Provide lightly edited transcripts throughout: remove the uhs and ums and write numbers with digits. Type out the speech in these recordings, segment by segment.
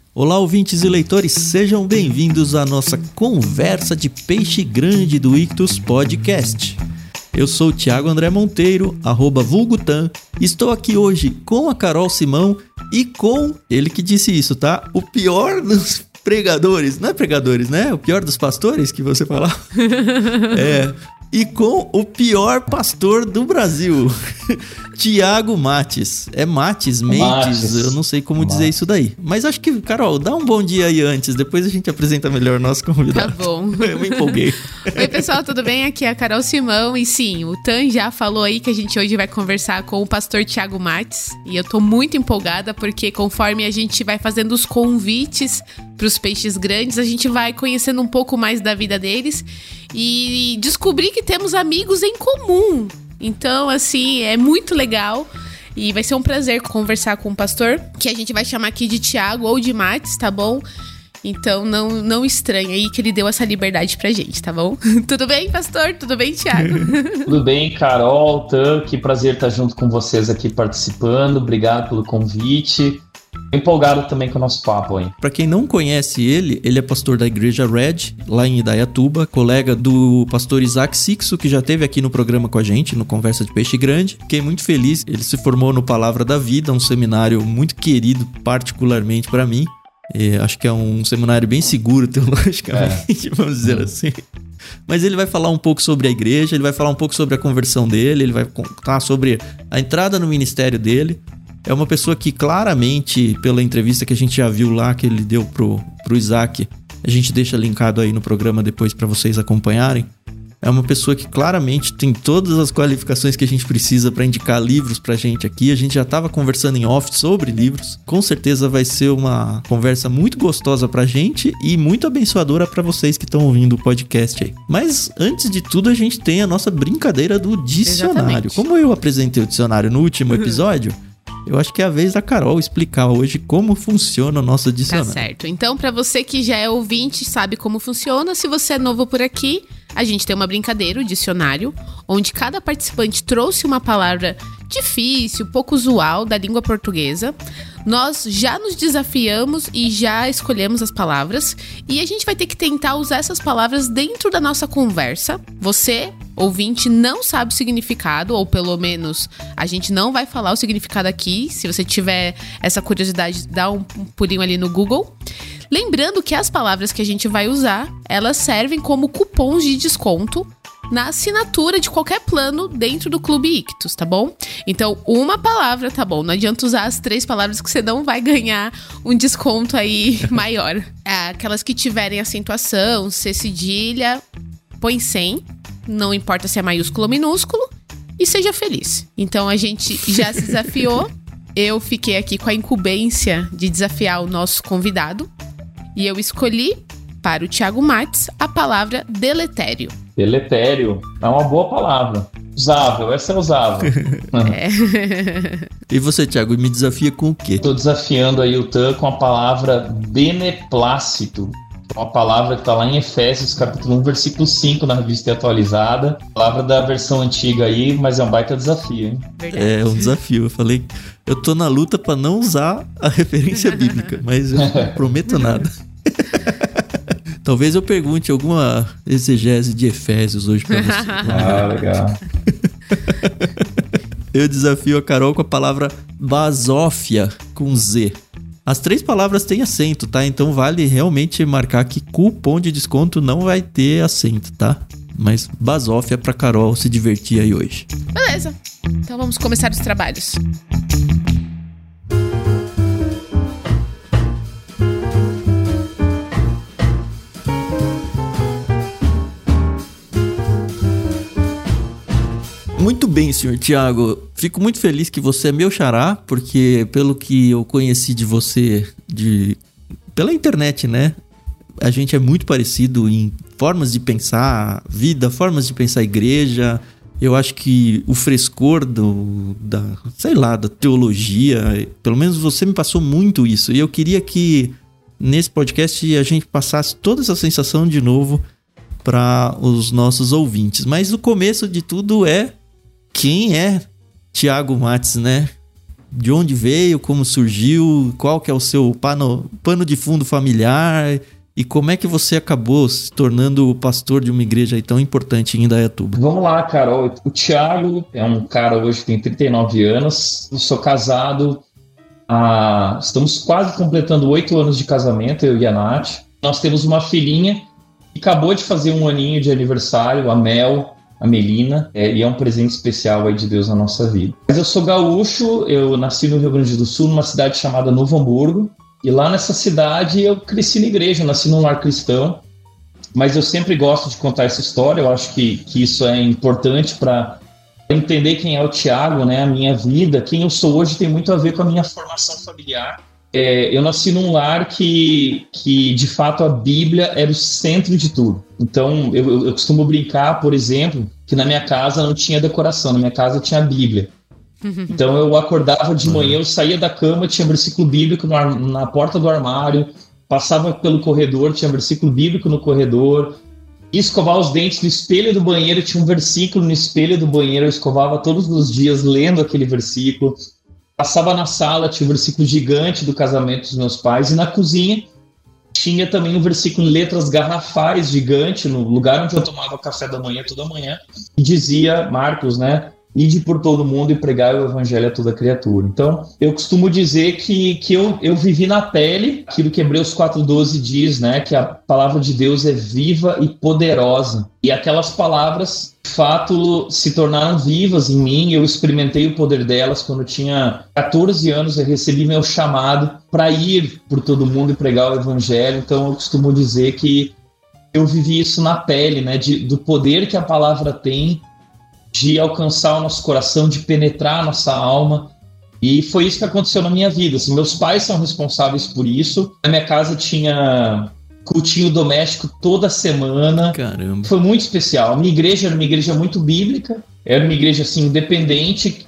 Olá, ouvintes e leitores, sejam bem-vindos à nossa conversa de peixe grande do Ictus Podcast. Eu sou o Thiago André Monteiro, @vulgutan, estou aqui hoje com a Carol Simão e com ele que disse isso, tá? O pior dos pregadores, não é pregadores, né? O pior dos pastores que você falava. E com o pior pastor do Brasil, Thiago Mates. É Mates, eu não sei como dizer isso daí. Mas acho que, Carol, dá um bom dia aí antes, depois a gente apresenta melhor o nosso convidado. Tá bom. Eu me empolguei. Oi, pessoal, tudo bem? Aqui é a Carol Simão e sim, o Tan já falou aí que a gente hoje vai conversar com o pastor Thiago Mates. E eu tô muito empolgada porque conforme a gente vai fazendo os convites pros peixes grandes, a gente vai conhecendo um pouco mais da vida deles e descobrir que temos amigos em comum. Então, assim, é muito legal e vai ser um prazer conversar com o pastor, que a gente vai chamar aqui de Thiago ou de Mates, tá bom? Então, não estranha aí que ele deu essa liberdade pra gente, tá bom? Tudo bem, pastor? Tudo bem, Thiago? Tudo bem, Carol, Tan, que prazer estar junto com vocês aqui participando. Obrigado pelo convite. Empolgado também com o nosso papo aí. Pra quem não conhece ele é pastor da Igreja Red, lá em Indaiatuba, colega do pastor Isaac Sixo, que já esteve aqui no programa com a gente, no Conversa de Peixe Grande. Fiquei muito feliz, ele se formou no Palavra da Vida, um seminário muito querido, particularmente pra mim. Acho que é um seminário bem seguro teologicamente, vamos dizer assim. Mas ele vai falar um pouco sobre a igreja, ele vai falar um pouco sobre a conversão dele, ele vai contar sobre a entrada no ministério dele. É uma pessoa que claramente, pela entrevista que a gente já viu lá, que ele deu pro Isaac, a gente deixa linkado aí no programa depois para vocês acompanharem. É uma pessoa que claramente tem todas as qualificações que a gente precisa para indicar livros pra gente aqui. A gente já estava conversando em off sobre livros. Com certeza vai ser uma conversa muito gostosa pra gente e muito abençoadora para vocês que estão ouvindo o podcast aí. Mas antes de tudo, a gente tem a nossa brincadeira do dicionário. Exatamente. Como eu apresentei o dicionário no último episódio, eu acho que é a vez da Carol explicar hoje como funciona o nosso dicionário. Tá certo. Então, pra você que já é ouvinte, sabe como funciona. Se você é novo por aqui, a gente tem uma brincadeira, o dicionário, onde cada participante trouxe uma palavra difícil, pouco usual da língua portuguesa. Nós já nos desafiamos e já escolhemos as palavras e a gente vai ter que tentar usar essas palavras dentro da nossa conversa. Você, ouvinte, não sabe o significado, ou pelo menos a gente não vai falar o significado aqui. Se você tiver essa curiosidade, dá um pulinho ali no Google. Lembrando que as palavras que a gente vai usar, elas servem como cupons de desconto na assinatura de qualquer plano dentro do Clube Ictus, tá bom? Então, uma palavra, tá bom? Não adianta usar as 3 palavras que você não vai ganhar um desconto aí maior. Aquelas que tiverem acentuação, C cedilha, põe 100, não importa se é maiúsculo ou minúsculo, e seja feliz. Então, a gente já se desafiou. Eu fiquei aqui com a incumbência de desafiar o nosso convidado. E eu escolhi, para o Thiago Mates, a palavra deletério. Deletério é uma boa palavra. Usável, essa é usável. E você, Thiago, me desafia com o quê? Estou desafiando aí o Tan com a palavra beneplácito. Uma palavra que está lá em Efésios, capítulo 1, versículo 5, na revista atualizada. Palavra da versão antiga aí, mas é um baita desafio, hein? Verdade. É um desafio. Eu falei, eu tô na luta para não usar a referência bíblica, mas eu não prometo nada. Talvez eu pergunte alguma exegese de Efésios hoje pra você. Legal. Eu desafio a Carol com a palavra basófia, com Z. As 3 palavras têm acento, tá? Então vale realmente marcar que cupom de desconto não vai ter acento, tá? Mas basófia pra Carol se divertir aí hoje. Beleza. Então vamos começar os trabalhos. Muito bem, senhor Thiago. Fico muito feliz que você é meu xará, porque pelo que eu conheci de você pela internet, né? A gente é muito parecido em formas de pensar vida, formas de pensar igreja. Eu acho que o frescor da teologia, pelo menos você me passou muito isso. E eu queria que nesse podcast a gente passasse toda essa sensação de novo para os nossos ouvintes. Mas o começo de tudo é quem é Thiago Mates, né? de onde veio, como surgiu, qual que é o seu pano de fundo familiar e como é que você acabou se tornando o pastor de uma igreja aí tão importante em Indaiatuba? Vamos lá, Carol. O Thiago é um cara hoje que tem 39 anos. Eu sou casado estamos quase completando 8 anos de casamento, eu e a Nath. Nós temos uma filhinha que acabou de fazer 1 aninho de aniversário, a Mel, a Melina, e é um presente especial aí de Deus na nossa vida. Mas eu sou gaúcho, eu nasci no Rio Grande do Sul, numa cidade chamada Novo Hamburgo, e lá nessa cidade eu cresci na igreja, eu nasci num lar cristão, mas eu sempre gosto de contar essa história, eu acho que isso é importante para entender quem é o Thiago, né? A minha vida, quem eu sou hoje tem muito a ver com a minha formação familiar. Eu nasci num lar que de fato a Bíblia era o centro de tudo. Então eu costumo brincar, por exemplo, que na minha casa não tinha decoração, na minha casa tinha a Bíblia. Então eu acordava de manhã, eu saía da cama, tinha versículo bíblico na porta do armário, passava pelo corredor, tinha versículo bíblico no corredor, ia escovar os dentes no espelho do banheiro, tinha um versículo no espelho do banheiro, eu escovava todos os dias lendo aquele versículo. Passava na sala, tinha um versículo gigante do casamento dos meus pais, e na cozinha tinha também um versículo em letras garrafais gigante, no lugar onde eu tomava café da manhã toda manhã, e dizia, Marcos, né? Ide por todo mundo e pregai o evangelho a toda criatura. Então, eu costumo dizer que eu vivi na pele aquilo que Hebreus 4:12 diz, né? Que a palavra de Deus é viva e poderosa. E aquelas palavras, de fato, se tornaram vivas em mim. Eu experimentei o poder delas quando eu tinha 14 anos. Eu recebi meu chamado para ir por todo mundo e pregar o evangelho. Então, eu costumo dizer que eu vivi isso na pele, né? Do poder que a palavra tem de alcançar o nosso coração, de penetrar a nossa alma. E foi isso que aconteceu na minha vida. Assim, meus pais são responsáveis por isso. Na minha casa tinha cultinho doméstico toda semana. Caramba. Foi muito especial. A minha igreja era uma igreja muito bíblica. Era uma igreja assim, independente.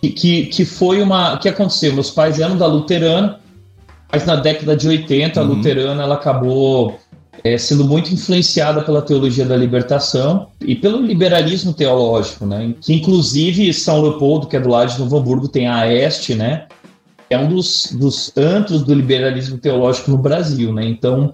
Que foi o que aconteceu? Meus pais eram da luterana, mas na década de 80 a luterana ela acabou sendo muito influenciada pela teologia da libertação e pelo liberalismo teológico, né? Que inclusive São Leopoldo, que é do lado de Novo Hamburgo, tem a Este, né? É um dos antros do liberalismo teológico no Brasil, né? Então,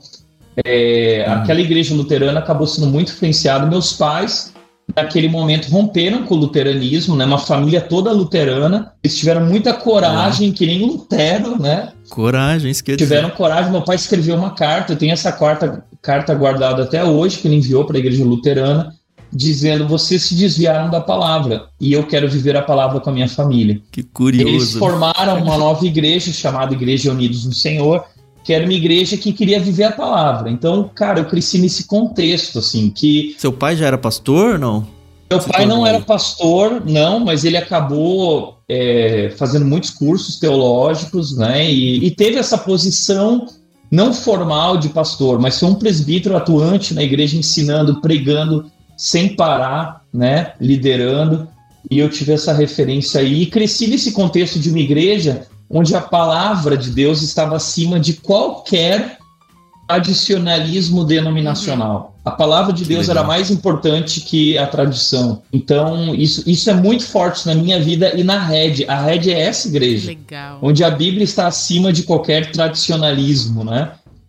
aquela igreja luterana acabou sendo muito influenciada. Meus pais, naquele momento, romperam com o luteranismo, né? Uma família toda luterana. Eles tiveram muita coragem, que nem Lutero, né? Coragem, esqueci. Tiveram coragem. Meu pai escreveu uma carta, eu tenho essa carta guardada até hoje, que ele enviou para a igreja luterana, dizendo: vocês se desviaram da palavra e eu quero viver a palavra com a minha família. Que curioso. Eles formaram uma nova igreja chamada Igreja Unidos no Senhor, que era uma igreja que queria viver a palavra. Então, cara, eu cresci nesse contexto, assim, que... Seu pai já era pastor ou não? Meu pai não era pastor, não, mas ele acabou fazendo muitos cursos teológicos, né? E teve essa posição não formal de pastor, mas foi um presbítero atuante na igreja, ensinando, pregando sem parar, né? Liderando. E eu tive essa referência aí e cresci nesse contexto de uma igreja onde a palavra de Deus estava acima de qualquer tradicionalismo denominacional. A palavra de Deus era mais importante que a tradição. Então, isso é muito forte na minha vida e na Red. A Red é essa igreja. Legal. Onde a Bíblia está acima de qualquer tradicionalismo, né?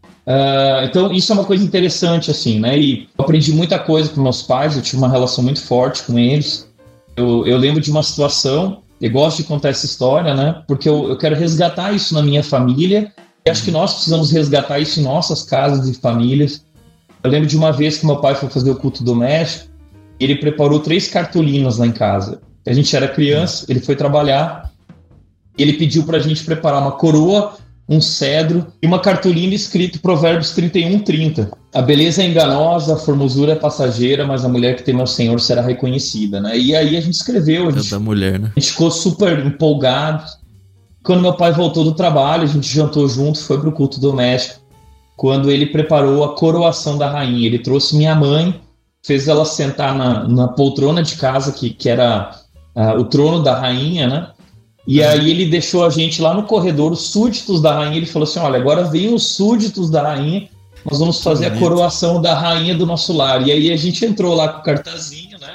Então, isso é uma coisa interessante, assim, né? E eu aprendi muita coisa com meus pais, eu tive uma relação muito forte com eles. Eu lembro de uma situação, eu gosto de contar essa história, né? Porque eu quero resgatar isso na minha família. E acho que nós precisamos resgatar isso em nossas casas e famílias. Eu lembro de uma vez que meu pai foi fazer o culto doméstico e ele preparou 3 cartolinas lá em casa. A gente era criança, ele foi trabalhar e ele pediu pra gente preparar uma coroa, um cedro e uma cartolina escrito Provérbios 31:30. A beleza é enganosa, a formosura é passageira, mas a mulher que teme ao Senhor será reconhecida, né? E aí a gente escreveu. Da mulher, né? A gente ficou super empolgado. Quando meu pai voltou do trabalho, a gente jantou junto, foi pro culto doméstico. Quando ele preparou a coroação da rainha, ele trouxe minha mãe, fez ela sentar na poltrona de casa, que era o trono da rainha, né? E aí ele deixou a gente lá no corredor, os súditos da rainha, ele falou assim: olha, agora vem os súditos da rainha, nós vamos fazer a coroação da rainha do nosso lar. E aí a gente entrou lá com o cartazinho, né?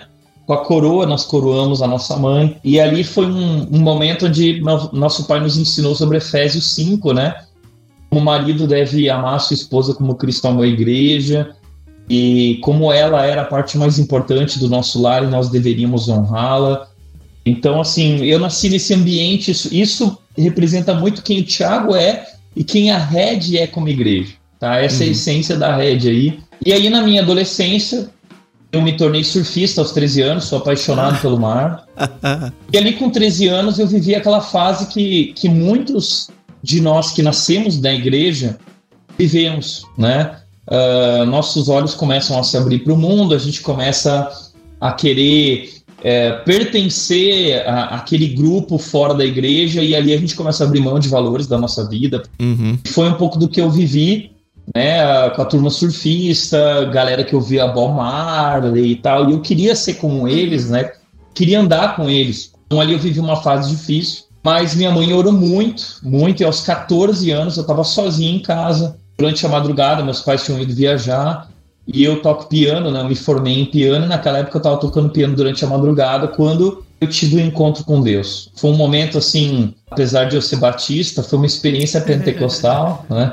com a coroa, nós coroamos a nossa mãe. E ali foi um momento onde nosso pai nos ensinou sobre Efésios 5, né? Como o marido deve amar a sua esposa como Cristo amou a igreja, e como ela era a parte mais importante do nosso lar e nós deveríamos honrá-la. Então, assim, eu nasci nesse ambiente, isso representa muito quem o Thiago é e quem a Red é como igreja, tá? Essa é a essência da Red aí. E aí, na minha adolescência, eu me tornei surfista aos 13 anos, sou apaixonado pelo mar. E ali com 13 anos eu vivi aquela fase que muitos de nós que nascemos da igreja vivemos, né? Nossos olhos começam a se abrir para o mundo, a gente começa a querer pertencer àquele grupo fora da igreja, e ali a gente começa a abrir mão de valores da nossa vida. Foi um pouco do que eu vivi, né, com a turma surfista, galera que ouvia Bob Marley e tal, e eu queria ser como eles, né, queria andar com eles. Então ali eu vivi uma fase difícil, mas minha mãe orou muito, e aos 14 anos eu estava sozinho em casa, durante a madrugada, meus pais tinham ido viajar, e eu toco piano, né, eu me formei em piano, e naquela época eu estava tocando piano durante a madrugada, quando eu tive um encontro com Deus. Foi um momento, assim, apesar de eu ser batista, foi uma experiência pentecostal, né?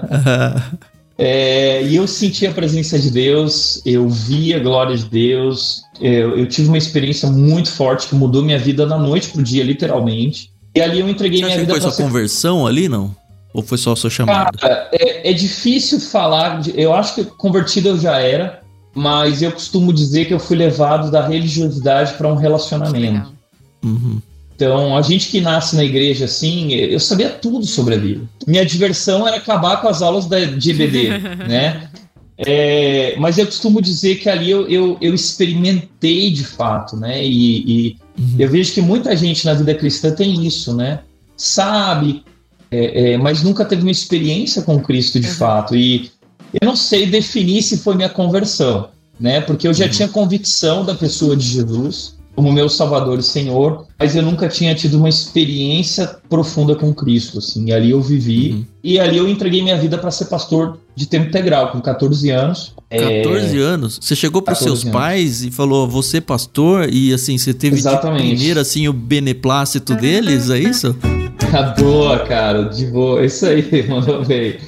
E eu senti a presença de Deus, eu vi a glória de Deus, eu tive uma experiência muito forte que mudou minha vida da noite pro dia, literalmente. E ali eu entreguei minha vida. Foi sua conversão ali, não? Ou foi só a sua chamada? Cara, é difícil falar, eu acho que convertido eu já era, mas eu costumo dizer que eu fui levado da religiosidade para um relacionamento. Então, a gente que nasce na igreja assim, eu sabia tudo sobre a Bíblia. Minha diversão era acabar com as aulas de EBD, né? Mas eu costumo dizer que ali eu experimentei de fato, né? E eu vejo que muita gente na vida cristã tem isso, né? Sabe, mas nunca teve uma experiência com Cristo de fato. E eu não sei definir se foi minha conversão, né? Porque eu já tinha convicção da pessoa de Jesus como meu Salvador e Senhor, mas eu nunca tinha tido uma experiência profunda com Cristo, assim. E ali eu vivi, e ali eu entreguei minha vida para ser pastor de tempo integral, com 14 anos. 14 anos? Você chegou para os seus pais e falou, você pastor, e assim, você teve de primeiro, assim, o beneplácito deles, é isso? Boa, cara, de boa, isso aí, mandou bem.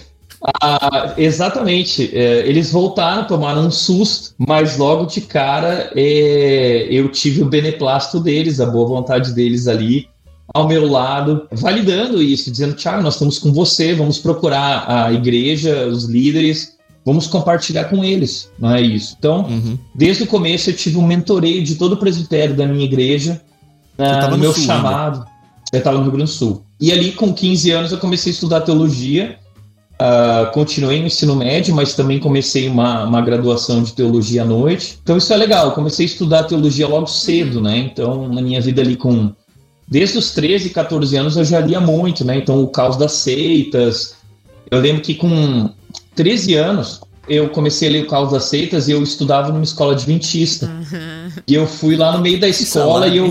Exatamente, eles voltaram, tomaram um susto, mas logo de cara eu tive o beneplácito deles, a boa vontade deles ali ao meu lado, validando isso, dizendo, Thiago, nós estamos com você, vamos procurar a igreja, os líderes, vamos compartilhar com eles, não é isso? Então, desde o começo eu tive um mentoreio de todo o presbitério da minha igreja, no meu sul, chamado, eu estava no Rio Grande do Sul, e ali com 15 anos eu comecei a estudar teologia. Continuei no ensino médio, mas também comecei uma graduação de teologia à noite. Então isso é legal, eu comecei a estudar teologia logo cedo, né? Então na minha vida ali desde os 13, 14 anos eu já lia muito, né? Então o caos das seitas. Eu lembro que com 13 anos eu comecei a ler o caos das seitas e eu estudava numa escola adventista. E eu fui lá no meio da escola e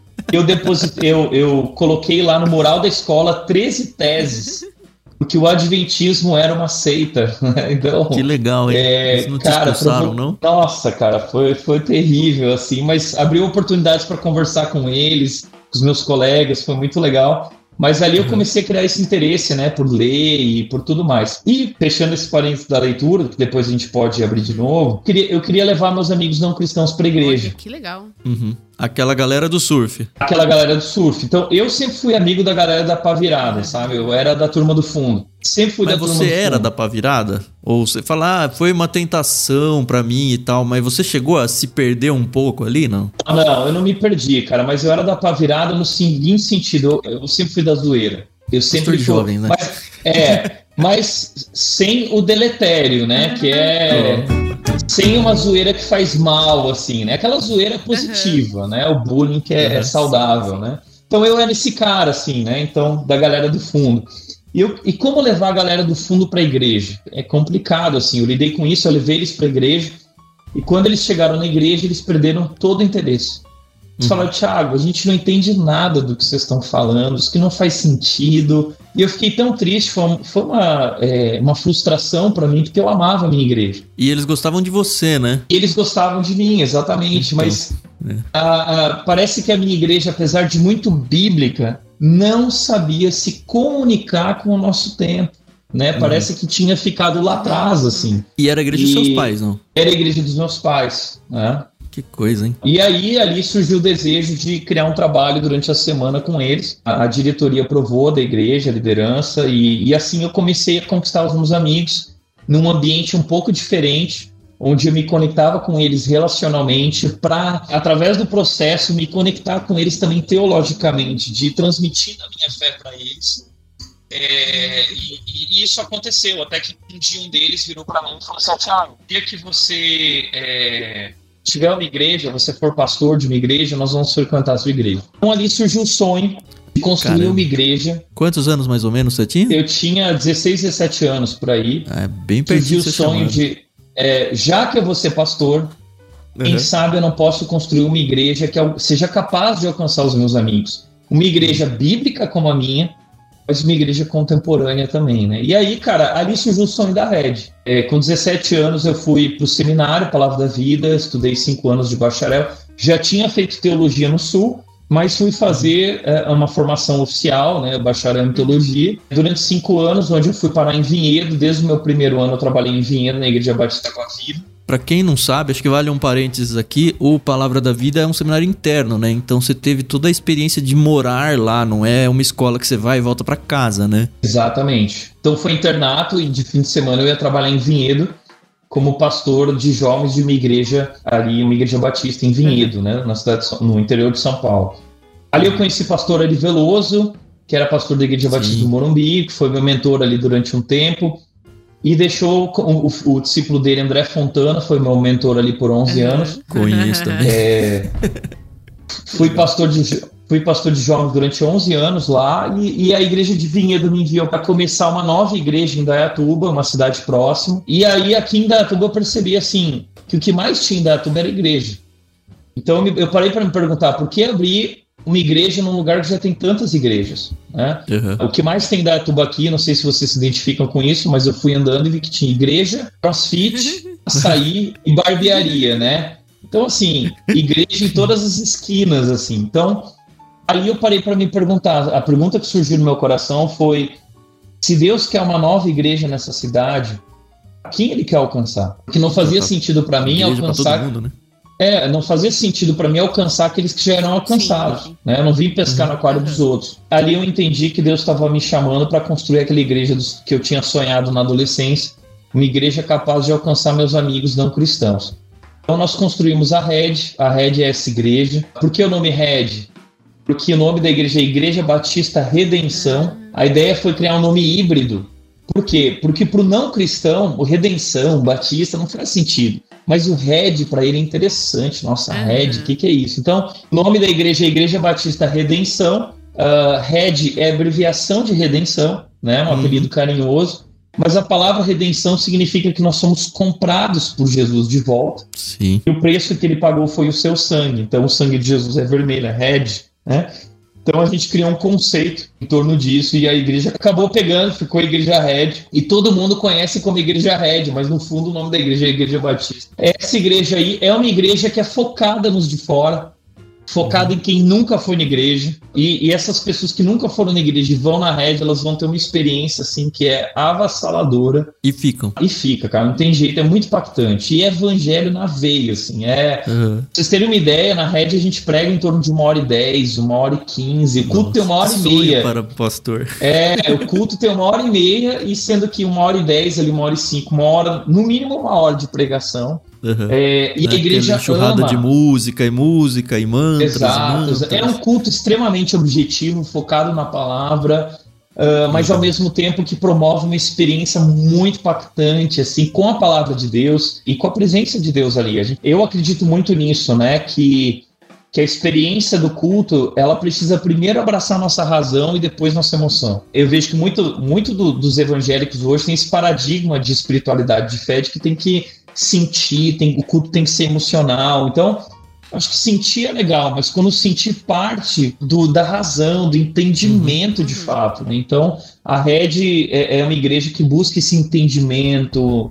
eu coloquei lá no mural da escola 13 teses. Porque o adventismo era uma seita, né? Então, que legal, hein? Eles não te expulsaram, não? Nossa, cara, foi terrível, assim, mas abriu oportunidades para conversar com eles, com os meus colegas, foi muito legal. Mas ali eu comecei a criar esse interesse, né, por ler e por tudo mais. E, fechando esse parênteses da leitura, que depois a gente pode abrir de novo, eu queria levar meus amigos não cristãos para a igreja. Olha, que legal. Aquela galera do surf. Aquela galera do surf. Então, eu sempre fui amigo da galera da pá virada, sabe? Eu era da turma do fundo. Sempre fui da turma do fundo. Mas você era da pá virada? Ou você fala, foi uma tentação pra mim e tal, mas você chegou a se perder um pouco ali, não? Não, eu não me perdi, cara, mas eu era da pá virada no seguinte sentido, eu sempre fui da zoeira. Eu sempre fui jovem, né? Mas sem o deletério, né? Que é sem uma zoeira que faz mal, assim, né? Aquela zoeira positiva, né? O bullying que é saudável, né? Então eu era esse cara, assim, né? Então, da galera do fundo. E como levar a galera do fundo para a igreja? É complicado, assim. Eu lidei com isso, eu levei eles para a igreja. E quando eles chegaram na igreja, eles perderam todo o interesse. Eles falaram, Thiago, a gente não entende nada do que vocês estão falando, isso que não faz sentido. E eu fiquei tão triste, foi uma frustração para mim, porque eu amava a minha igreja. E eles gostavam de você, né? Eles gostavam de mim, exatamente, mas Parece que a minha igreja, apesar de muito bíblica, não sabia se comunicar com o nosso tempo, né? Parece que tinha ficado lá atrás, assim. E era a igreja dos seus pais, não? Era a igreja dos meus pais, né? Que coisa, hein? E aí, ali surgiu o desejo de criar um trabalho durante a semana com eles. A diretoria aprovou da igreja, a liderança, e assim eu comecei a conquistar os meus amigos num ambiente um pouco diferente, onde eu me conectava com eles relacionalmente, para, através do processo, me conectar com eles também teologicamente, de transmitir a minha fé para eles. E isso aconteceu, até que um dia um deles virou para mim e falou assim: Thiago, o dia que você tiver uma igreja, você for pastor de uma igreja, nós vamos frequentar a sua igreja. Então ali surgiu o sonho de construir uma igreja. Quantos anos mais ou menos você tinha? Eu tinha 16, 17 anos por aí. Bem pertinho. Surgiu o sonho de, já que eu vou ser pastor, quem sabe eu não posso construir uma igreja que seja capaz de alcançar os meus amigos. Uma igreja bíblica como a minha, mas uma igreja contemporânea também, né? E aí, cara, ali surgiu o sonho da Red. Com 17 anos eu fui para o seminário Palavra da Vida, estudei 5 anos de bacharel, já tinha feito teologia no Sul, mas fui fazer uma formação oficial, né, bacharel em teologia, durante 5 anos, onde eu fui parar em Vinhedo. Desde o meu primeiro ano eu trabalhei em Vinhedo, na Igreja Batista Água Viva. Para quem não sabe, acho que vale um parênteses aqui, o Palavra da Vida é um seminário interno, né? Então você teve toda a experiência de morar lá, não é uma escola que você vai e volta para casa, né? Exatamente. Então foi internato e de fim de semana eu ia trabalhar em Vinhedo como pastor de jovens de uma igreja ali, uma igreja batista em Vinhedo, né? Na cidade, no interior de São Paulo. Ali eu conheci o pastor Ari Veloso, que era pastor da Igreja Batista do Morumbi, que foi meu mentor ali durante um tempo. E deixou o discípulo dele, André Fontana, foi meu mentor ali por 11 anos. Conheço também. Fui pastor de jovens durante 11 anos lá, e a igreja de Vinhedo me enviou para começar uma nova igreja em Indaiatuba, uma cidade próxima. E aí aqui em Indaiatuba eu percebi assim, que o que mais tinha em Indaiatuba era igreja. Então eu parei para me perguntar, por que abrir uma igreja num lugar que já tem tantas igrejas, né? O que mais tem em Indaiatuba aqui, não sei se vocês se identificam com isso, mas eu fui andando e vi que tinha igreja, crossfit, açaí e barbearia, né? Então, assim, igreja em todas as esquinas, assim. Então, aí eu parei para me perguntar, a pergunta que surgiu no meu coração foi: se Deus quer uma nova igreja nessa cidade, quem Ele quer alcançar? Porque não fazia sentido para mim alcançar... Mundo, né? Não fazia sentido para mim alcançar aqueles que já eram alcançados, né? Eu não vim pescar no aquário dos outros. Ali eu entendi que Deus estava me chamando para construir aquela igreja que eu tinha sonhado na adolescência, uma igreja capaz de alcançar meus amigos não cristãos. Então nós construímos a Red é essa igreja. Por que o nome Red? Porque o nome da igreja é Igreja Batista Redenção. A ideia foi criar um nome híbrido. Por quê? Porque para o não cristão, o Redenção, Batista, não faz sentido. Mas o Red, para ele, é interessante. Nossa, Red, o que é isso? Então, o nome da igreja é Igreja Batista Redenção. Red é abreviação de redenção, né? Um apelido carinhoso. Mas a palavra redenção significa que nós somos comprados por Jesus de volta. Sim. E o preço que ele pagou foi o seu sangue. Então, o sangue de Jesus é vermelho, é Red, né? Então a gente criou um conceito em torno disso e a igreja acabou pegando, ficou a Igreja Red, e todo mundo conhece como Igreja Red, mas no fundo o nome da igreja é Igreja Batista. Essa igreja aí é uma igreja que é focada nos de fora, focada em quem nunca foi na igreja, e essas pessoas que nunca foram na igreja e vão na Red, elas vão ter uma experiência assim que é avassaladora. E fica, cara, não tem jeito, é muito impactante. E é evangelho na veia, assim, Pra vocês terem uma ideia, na Red a gente prega em torno de 1h10, 1h15, o culto tem 1h30. Para o pastor. O culto tem 1h30, e sendo que 1h10, ali 1h05, 1 hora, no mínimo 1 hora de pregação. E a igreja enxurrada de música e mantras. Exato. É um culto extremamente objetivo, focado na palavra, mas ao mesmo tempo que promove uma experiência muito impactante, assim, com a palavra de Deus e com a presença de Deus ali. Eu acredito muito nisso, né? Que a experiência do culto, ela precisa primeiro abraçar nossa razão e depois nossa emoção. Eu vejo que muito dos evangélicos hoje tem esse paradigma de espiritualidade, de fé, de que tem que sentir, o culto tem que ser emocional. Então, acho que sentir é legal, mas quando sentir parte da razão, do entendimento de fato, né? Então, a Red é uma igreja que busca esse entendimento,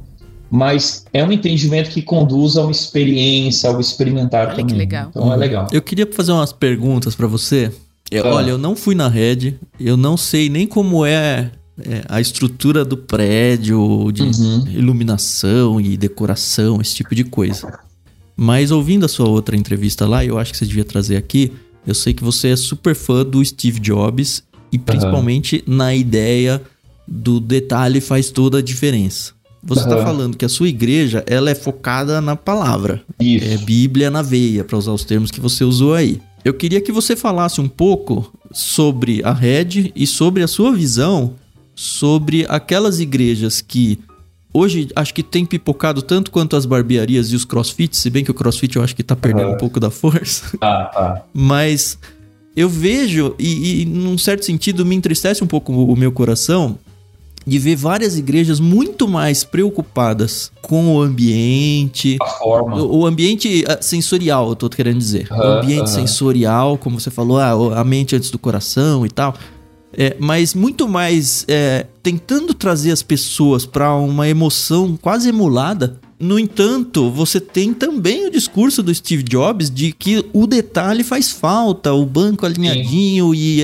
mas é um entendimento que conduz a uma experiência, ao experimentar também. Que legal. Então é legal. Eu queria fazer umas perguntas para você. Olha, eu não fui na Red, eu não sei nem como é a estrutura do prédio, de iluminação e decoração, esse tipo de coisa. Mas ouvindo a sua outra entrevista lá, eu acho que você devia trazer aqui, eu sei que você é super fã do Steve Jobs e principalmente na ideia do detalhe faz toda a diferença. Você está falando que a sua igreja, ela é focada na palavra. Isso. É Bíblia na veia, para usar os termos que você usou aí. Eu queria que você falasse um pouco sobre a Red e sobre a sua visão sobre aquelas igrejas que hoje acho que tem pipocado tanto quanto as barbearias e os crossfits, se bem que o crossfit eu acho que tá perdendo um pouco da força. Mas eu vejo, e num certo sentido me entristece um pouco o meu coração, de ver várias igrejas muito mais preocupadas com o ambiente, a forma. O ambiente sensorial, eu tô querendo dizer. O ambiente sensorial, como você falou, a mente antes do coração e tal. Mas muito mais tentando trazer as pessoas para uma emoção quase emulada. No entanto, você tem também o discurso do Steve Jobs de que o detalhe faz falta, o banco alinhadinho e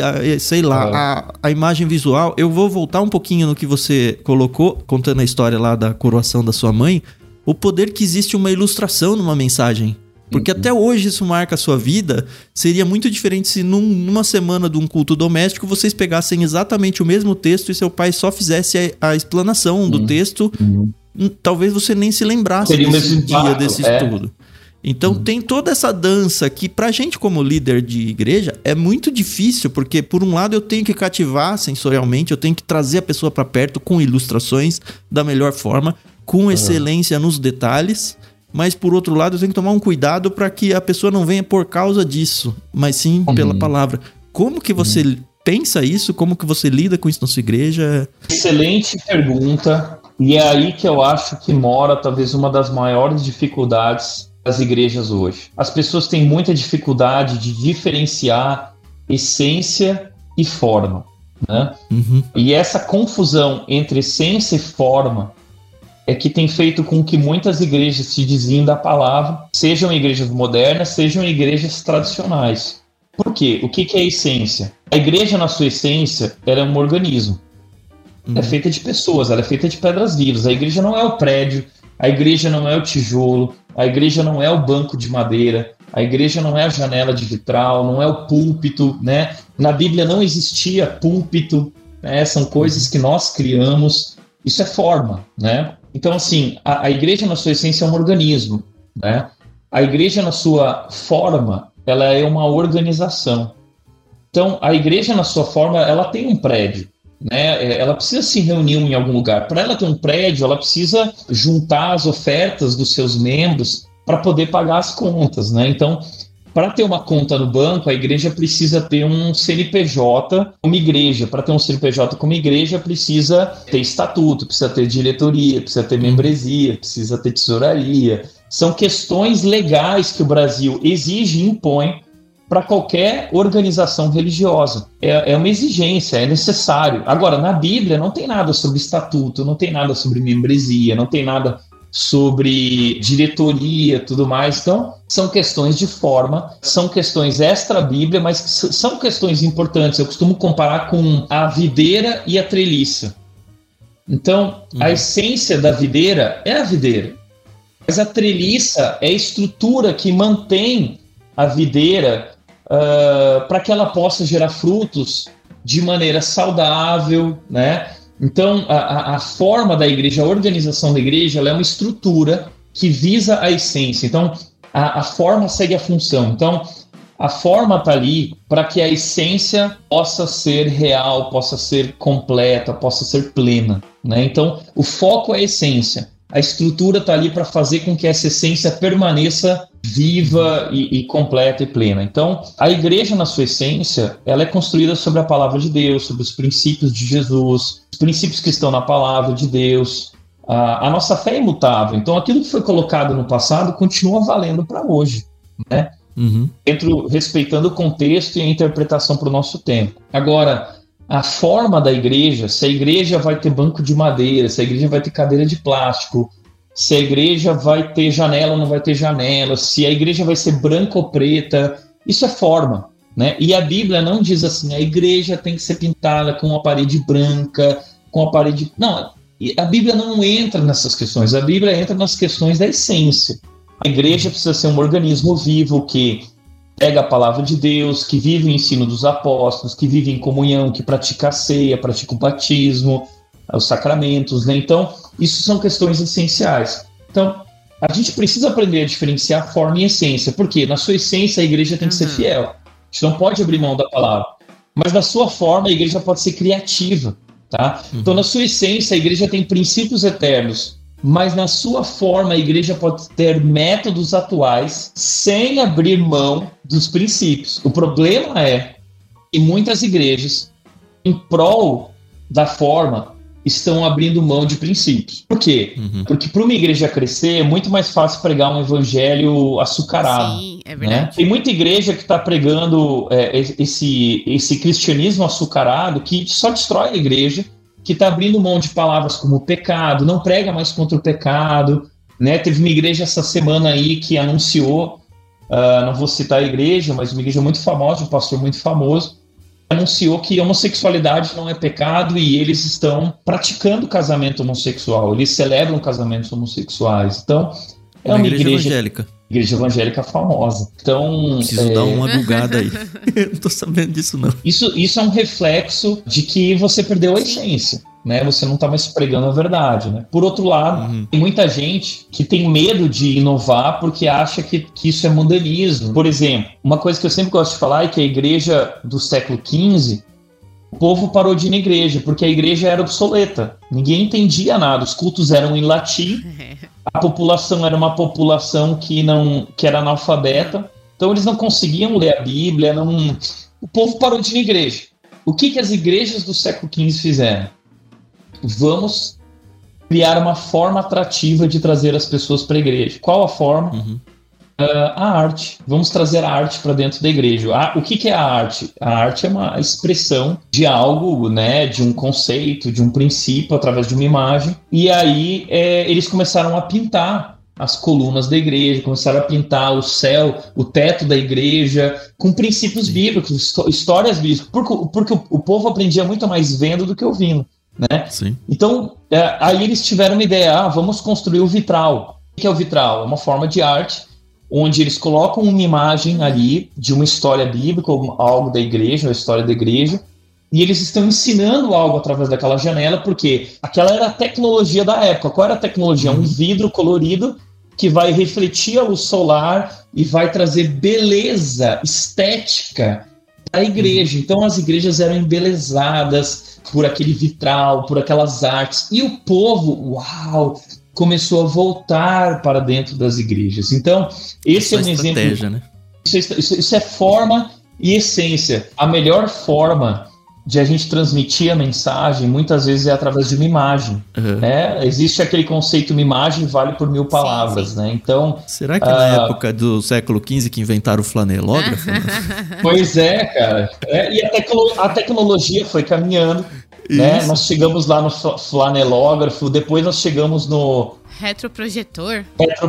a imagem visual. Eu vou voltar um pouquinho no que você colocou, contando a história lá da coroação da sua mãe, o poder que existe uma ilustração numa mensagem. Porque até hoje isso marca a sua vida. Seria muito diferente se numa semana de um culto doméstico vocês pegassem exatamente o mesmo texto e seu pai só fizesse a explanação do texto. Talvez você nem se lembrasse desse dia, desse estudo. Então tem toda essa dança que pra gente como líder de igreja é muito difícil, porque por um lado eu tenho que cativar sensorialmente, eu tenho que trazer a pessoa pra perto com ilustrações da melhor forma, com excelência nos detalhes, mas por outro lado eu tenho que tomar um cuidado para que a pessoa não venha por causa disso, mas sim pela palavra. Como que você pensa isso? Como que você lida com isso na sua igreja? Excelente pergunta. E é aí que eu acho que mora talvez uma das maiores dificuldades das igrejas hoje. As pessoas têm muita dificuldade de diferenciar essência e forma, né? E essa confusão entre essência e forma é que tem feito com que muitas igrejas se desviem da palavra, sejam igrejas modernas, sejam igrejas tradicionais. Por quê? O que é a essência? A igreja, na sua essência, ela é um organismo. É feita de pessoas, ela é feita de pedras vivas. A igreja não é o prédio, a igreja não é o tijolo, a igreja não é o banco de madeira, a igreja não é a janela de vitral, não é o púlpito, né? Na Bíblia não existia púlpito, né? São coisas que nós criamos. Isso é forma, né? Então, assim, a igreja na sua essência é um organismo, né? A igreja na sua forma, ela é uma organização. Então, a igreja na sua forma, ela tem um prédio, né? Ela precisa se reunir em algum lugar. Para ela ter um prédio, ela precisa juntar as ofertas dos seus membros para poder pagar as contas, né? Então, para ter uma conta no banco, a igreja precisa ter um CNPJ como igreja. Para ter um CNPJ como igreja, precisa ter estatuto, precisa ter diretoria, precisa ter membresia, precisa ter tesouraria. São questões legais que o Brasil exige e impõe para qualquer organização religiosa. É uma exigência, é necessário. Agora, na Bíblia não tem nada sobre estatuto, não tem nada sobre membresia, não tem nada sobre diretoria, tudo mais. Então, são questões de forma, são questões extra-Bíblia, mas são questões importantes. Eu costumo comparar com a videira e a treliça. Então, a essência da videira é a videira, mas a treliça é a estrutura que mantém a videira para que ela possa gerar frutos de maneira saudável, né? Então, a forma da igreja, a organização da igreja, ela é uma estrutura que visa a essência. Então, a forma segue a função. Então, a forma está ali para que a essência possa ser real, possa ser completa, possa ser plena, né? Então, o foco é a essência. A estrutura está ali para fazer com que essa essência permaneça viva e completa e plena. Então, a igreja, na sua essência, ela é construída sobre a palavra de Deus, sobre os princípios de Jesus, os princípios que estão na palavra de Deus. A nossa fé é imutável. Então, aquilo que foi colocado no passado continua valendo para hoje, né? Respeitando o contexto e a interpretação para o nosso tempo. Agora, a forma da igreja, se a igreja vai ter banco de madeira, se a igreja vai ter cadeira de plástico, se a igreja vai ter janela ou não vai ter janela, se a igreja vai ser branca ou preta. Isso é forma, né? E a Bíblia não diz assim, a igreja tem que ser pintada com uma parede branca, com a parede... Não, a Bíblia não entra nessas questões, a Bíblia entra nas questões da essência. A igreja precisa ser um organismo vivo que pega a palavra de Deus, que vive o ensino dos apóstolos, que vive em comunhão, que pratica a ceia, pratica o batismo, os sacramentos, né? Então, isso são questões essenciais. Então, a gente precisa aprender a diferenciar forma e essência, porque na sua essência a igreja tem que ser fiel. A gente não pode abrir mão da palavra. Mas na sua forma a igreja pode ser criativa, tá? Então, na sua essência a igreja tem princípios eternos, mas na sua forma a igreja pode ter métodos atuais sem abrir mão dos princípios. O problema é que muitas igrejas, em prol da forma, estão abrindo mão de princípios. Por quê? Porque para uma igreja crescer é muito mais fácil pregar um evangelho açucarado. Sim, é verdade. Né? Tem muita igreja que está pregando esse cristianismo açucarado que só destrói a igreja, que está abrindo mão de palavras como pecado, não prega mais contra o pecado, né? Teve uma igreja essa semana aí que anunciou, não vou citar a igreja, mas uma igreja muito famosa, um pastor muito famoso, anunciou que a homossexualidade não é pecado e eles estão praticando casamento homossexual, eles celebram casamentos homossexuais. Então, é uma igreja evangélica. Igreja evangélica famosa. Então, preciso dar uma bugada aí. Eu não tô sabendo disso, não. Isso é um reflexo de que você perdeu a essência, né? Você não tá mais pregando a verdade, né? Por outro lado, tem muita gente que tem medo de inovar porque acha que isso é mundanismo. Por exemplo, uma coisa que eu sempre gosto de falar é que a igreja do século XV, o povo parou de ir na igreja, porque a igreja era obsoleta. Ninguém entendia nada, os cultos eram em latim, a população era uma população que era analfabeta, então eles não conseguiam ler a Bíblia, o povo parou de ir na igreja. O que as igrejas do século XV fizeram? Vamos criar uma forma atrativa de trazer as pessoas para a igreja. Qual a forma? A arte. Vamos trazer a arte para dentro da igreja. O que é a arte? A arte é uma expressão de algo, né, de um conceito, de um princípio, através de uma imagem. E aí eles começaram a pintar as colunas da igreja, começaram a pintar o céu, o teto da igreja, com princípios bíblicos, histórias bíblicas, porque o povo aprendia muito mais vendo do que ouvindo, né? Sim. Então, aí eles tiveram uma ideia, vamos construir o vitral. O que é o vitral? É uma forma de arte onde eles colocam uma imagem ali de uma história bíblica, ou algo da igreja, uma história da igreja, e eles estão ensinando algo através daquela janela, porque aquela era a tecnologia da época. Qual era a tecnologia? Um vidro colorido que vai refletir a luz solar e vai trazer beleza estética para a igreja. Então as igrejas eram embelezadas por aquele vitral, por aquelas artes, e o povo, começou a voltar para dentro das igrejas. Então, esse é um exemplo. Né? Isso é forma e essência. A melhor forma de a gente transmitir a mensagem, muitas vezes, é através de uma imagem. Né? Existe aquele conceito, uma imagem vale por 1000 palavras. Sim. Né? Então, será que na época do século XV que inventaram o flanelógrafo? Pois é, cara. E a tecnologia foi caminhando. Né? Nós chegamos lá no flanelógrafo, depois nós chegamos no retroprojetor,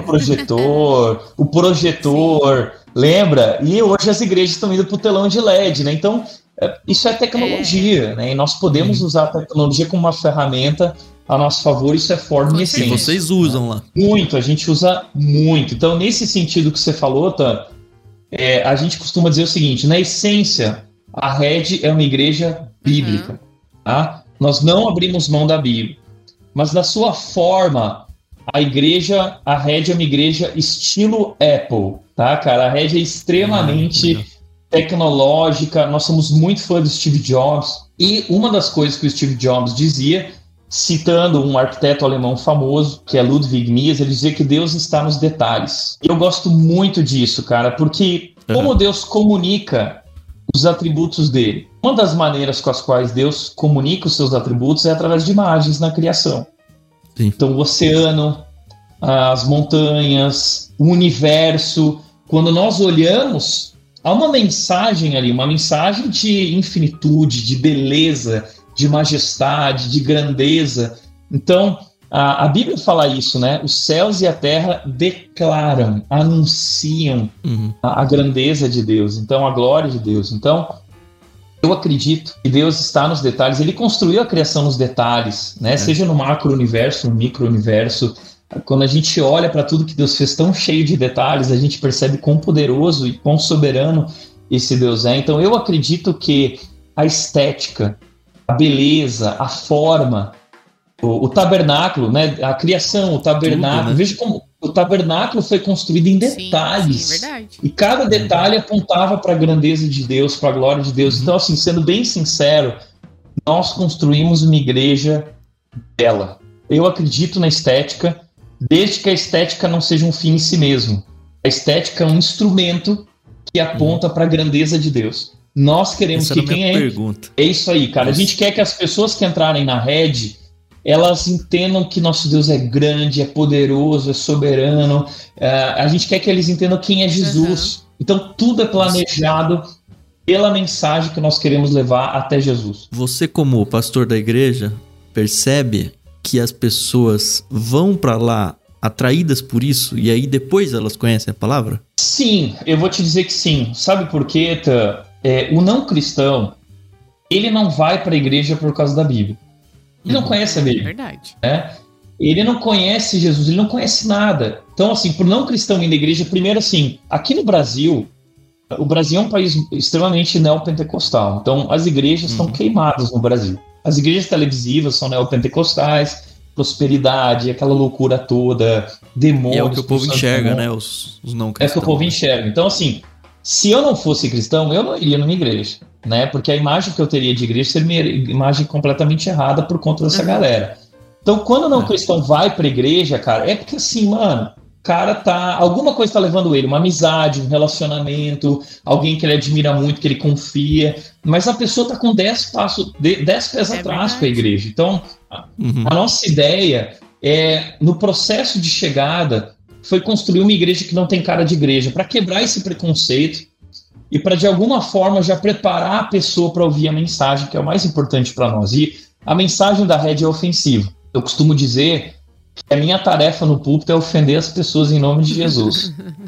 o projetor, lembra? E hoje as igrejas estão indo para o telão de LED, né? Então isso é tecnologia, né? E nós podemos usar a tecnologia como uma ferramenta a nosso favor. Isso é forma e essência. E vocês usam lá? Muito, a gente usa muito. Então, nesse sentido que você falou, Tan, a gente costuma dizer o seguinte: na essência, a Red é uma igreja bíblica. Tá? Nós não abrimos mão da Bíblia, mas na sua forma, a Red é uma igreja estilo Apple, tá, cara? A Red é extremamente tecnológica, nós somos muito fãs do Steve Jobs, e uma das coisas que o Steve Jobs dizia, citando um arquiteto alemão famoso, que é Ludwig Mies, ele dizia que Deus está nos detalhes. E eu gosto muito disso, cara, porque como Deus comunica os atributos dele. Uma das maneiras com as quais Deus comunica os seus atributos é através de imagens na criação. Sim. Então, o oceano, as montanhas, o universo. Quando nós olhamos, há uma mensagem ali, uma mensagem de infinitude, de beleza, de majestade, de grandeza. Então, A Bíblia fala isso, né? Os céus e a terra declaram, anunciam a grandeza de Deus, então a glória de Deus. Então, eu acredito que Deus está nos detalhes, ele construiu a criação nos detalhes, né? Seja no macro-universo, no micro-universo. Quando a gente olha para tudo que Deus fez tão cheio de detalhes, a gente percebe quão poderoso e quão soberano esse Deus é. Então eu acredito que a estética, a beleza, a forma, o tabernáculo, né? A criação, o tabernáculo, tudo, né? Veja como o tabernáculo foi construído em detalhes. Sim, verdade. E cada detalhe apontava para a grandeza de Deus, para a glória de Deus. Então, assim, sendo bem sincero, nós construímos uma igreja bela. Eu acredito na estética, desde que a estética não seja um fim em si mesmo. A estética é um instrumento que aponta para a grandeza de Deus. Nós queremos que quem é isso aí, cara. A gente quer que as pessoas que entrarem na rede, elas entendam que nosso Deus é grande, é poderoso, é soberano. A gente quer que eles entendam quem é Jesus. Então tudo é planejado pela mensagem que nós queremos levar até Jesus. Você, como pastor da igreja, percebe que as pessoas vão para lá atraídas por isso e aí depois elas conhecem a palavra? Sim, eu vou te dizer que sim. Sabe por quê, Tá? O não cristão, ele não vai para a igreja por causa da Bíblia. Ele não conhece a Bíblia. É verdade. Né? Ele não conhece Jesus, ele não conhece nada. Então, assim, por não cristão ir na igreja, primeiro assim, aqui no Brasil, o Brasil é um país extremamente neopentecostal. Então, as igrejas estão queimadas no Brasil. As igrejas televisivas são neopentecostais, prosperidade, aquela loucura toda, demônios. E é o que o povo enxerga, né? Os não cristãos. É o que o povo enxerga. Então, assim, se eu não fosse cristão, eu não iria numa igreja, né? Porque a imagem que eu teria de igreja seria uma imagem completamente errada por conta dessa galera. Então, quando o não cristão vai pra igreja, cara, é porque assim, mano, o cara tá... Alguma coisa tá levando ele, uma amizade, um relacionamento, alguém que ele admira muito, que ele confia, mas a pessoa tá com 10 pés atrás com a igreja. Então, a nossa ideia é, no processo de chegada, foi construir uma igreja que não tem cara de igreja, para quebrar esse preconceito e para, de alguma forma, já preparar a pessoa para ouvir a mensagem, que é o mais importante para nós. E a mensagem da Rede é ofensiva. Eu costumo dizer que a minha tarefa no púlpito é ofender as pessoas em nome de Jesus.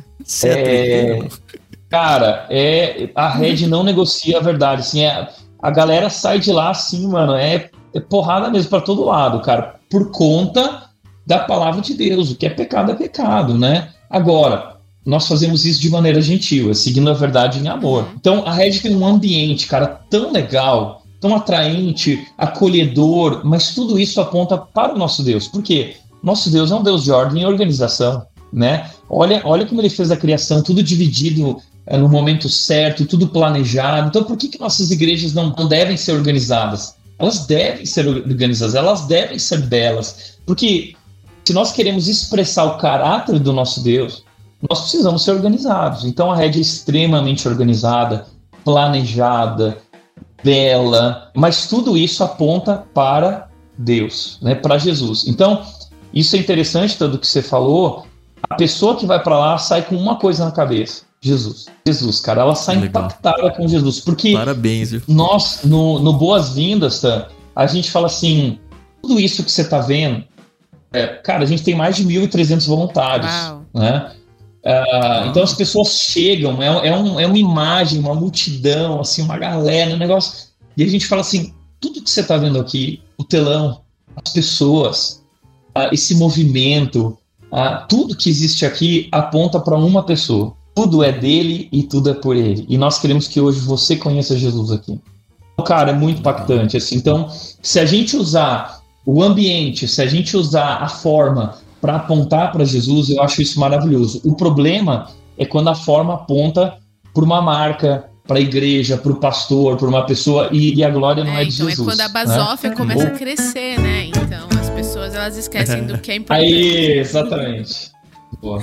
Cara, a Rede não negocia a verdade. Assim, a galera sai de lá assim, mano, é porrada mesmo para todo lado, cara, por conta da palavra de Deus. O que é pecado, né? Agora, nós fazemos isso de maneira gentil, seguindo a verdade em amor. Então, a Rede tem um ambiente, cara, tão legal, tão atraente, acolhedor, mas tudo isso aponta para o nosso Deus. Por quê? Nosso Deus é um Deus de ordem e organização, né? Olha como ele fez a criação, tudo dividido no momento certo, tudo planejado. Então, por que nossas igrejas não devem ser organizadas? Elas devem ser organizadas, elas devem ser belas, porque se nós queremos expressar o caráter do nosso Deus, nós precisamos ser organizados. Então a Rede é extremamente organizada, planejada, bela, mas tudo isso aponta para Deus, né, para Jesus. Então, isso é interessante, do que você falou. A pessoa que vai para lá sai com uma coisa na cabeça: Jesus, cara, ela sai impactada com Jesus. Porque parabéns, viu? Nós, no Boas-Vindas, a gente fala assim, tudo isso que você está vendo, cara, a gente tem mais de 1.300 voluntários, né? Então as pessoas chegam, é uma imagem, uma multidão, assim, uma galera, um negócio, e a gente fala assim, tudo que você está vendo aqui, o telão, as pessoas, esse movimento, tudo que existe aqui aponta para uma pessoa. Tudo é dele e tudo é por ele. E nós queremos que hoje você conheça Jesus aqui. Cara, é muito impactante, assim. Então, se a gente usar o ambiente, se a gente usar a forma para apontar para Jesus, eu acho isso maravilhoso. O problema é quando a forma aponta por uma marca, para a igreja, para o pastor, por uma pessoa, e a glória não é de então Jesus. Então é quando a basófia começa a crescer, né? Então as pessoas, elas esquecem do que é importante. Aí, exatamente. Boa.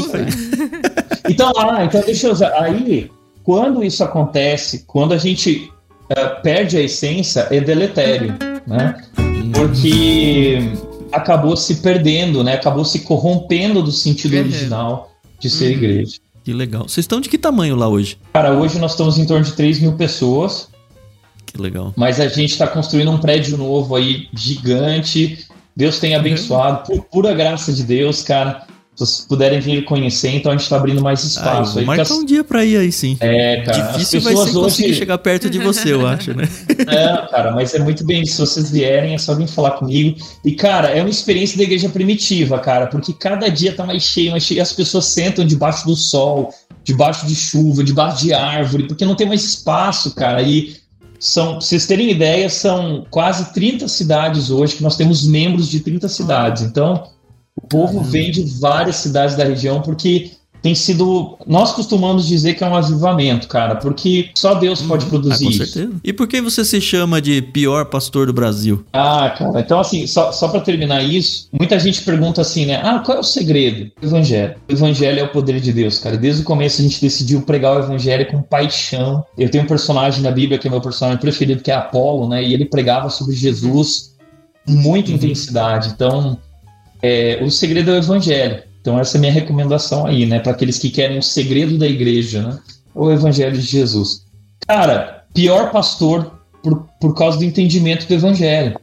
Então deixa eu usar. Aí, quando isso acontece, quando a gente perde a essência, é deletério, né? Porque acabou se perdendo, né? Acabou se corrompendo do sentido original de ser igreja. Que legal. Vocês estão de que tamanho lá hoje? Cara, hoje nós estamos em torno de 3.000 pessoas. Que legal. Mas a gente está construindo um prédio novo aí, gigante. Deus tem abençoado, por pura graça de Deus, cara. Se vocês puderem vir conhecer, então a gente tá abrindo mais espaço. Aí, marca um dia pra ir aí, sim. Cara. Difícil vai ser conseguir chegar perto de você, eu acho, né? Cara, mas é muito bem. Se vocês vierem, é só vir falar comigo. E, cara, é uma experiência da igreja primitiva, cara, porque cada dia tá mais cheio, e as pessoas sentam debaixo do sol, debaixo de chuva, debaixo de árvore, porque não tem mais espaço, cara. E pra vocês terem ideia, são quase 30 cidades hoje, que nós temos membros de 30 cidades. Então, o povo vem de várias cidades da região, porque tem sido... Nós costumamos dizer que é um avivamento, cara, porque só Deus pode produzir com certeza. Isso. E por que você se chama de pior pastor do Brasil? Cara, então assim, só para terminar isso, muita gente pergunta assim, né? Qual é o segredo? O Evangelho. O Evangelho é o poder de Deus, cara. Desde o começo a gente decidiu pregar o Evangelho com paixão. Eu tenho um personagem na Bíblia que é meu personagem preferido, que é Apolo, né? E ele pregava sobre Jesus com muita intensidade. Então... o segredo é o Evangelho. Então essa é a minha recomendação aí, né? Para aqueles que querem o segredo da igreja, né? O Evangelho de Jesus. Cara, pior pastor por causa do entendimento do Evangelho.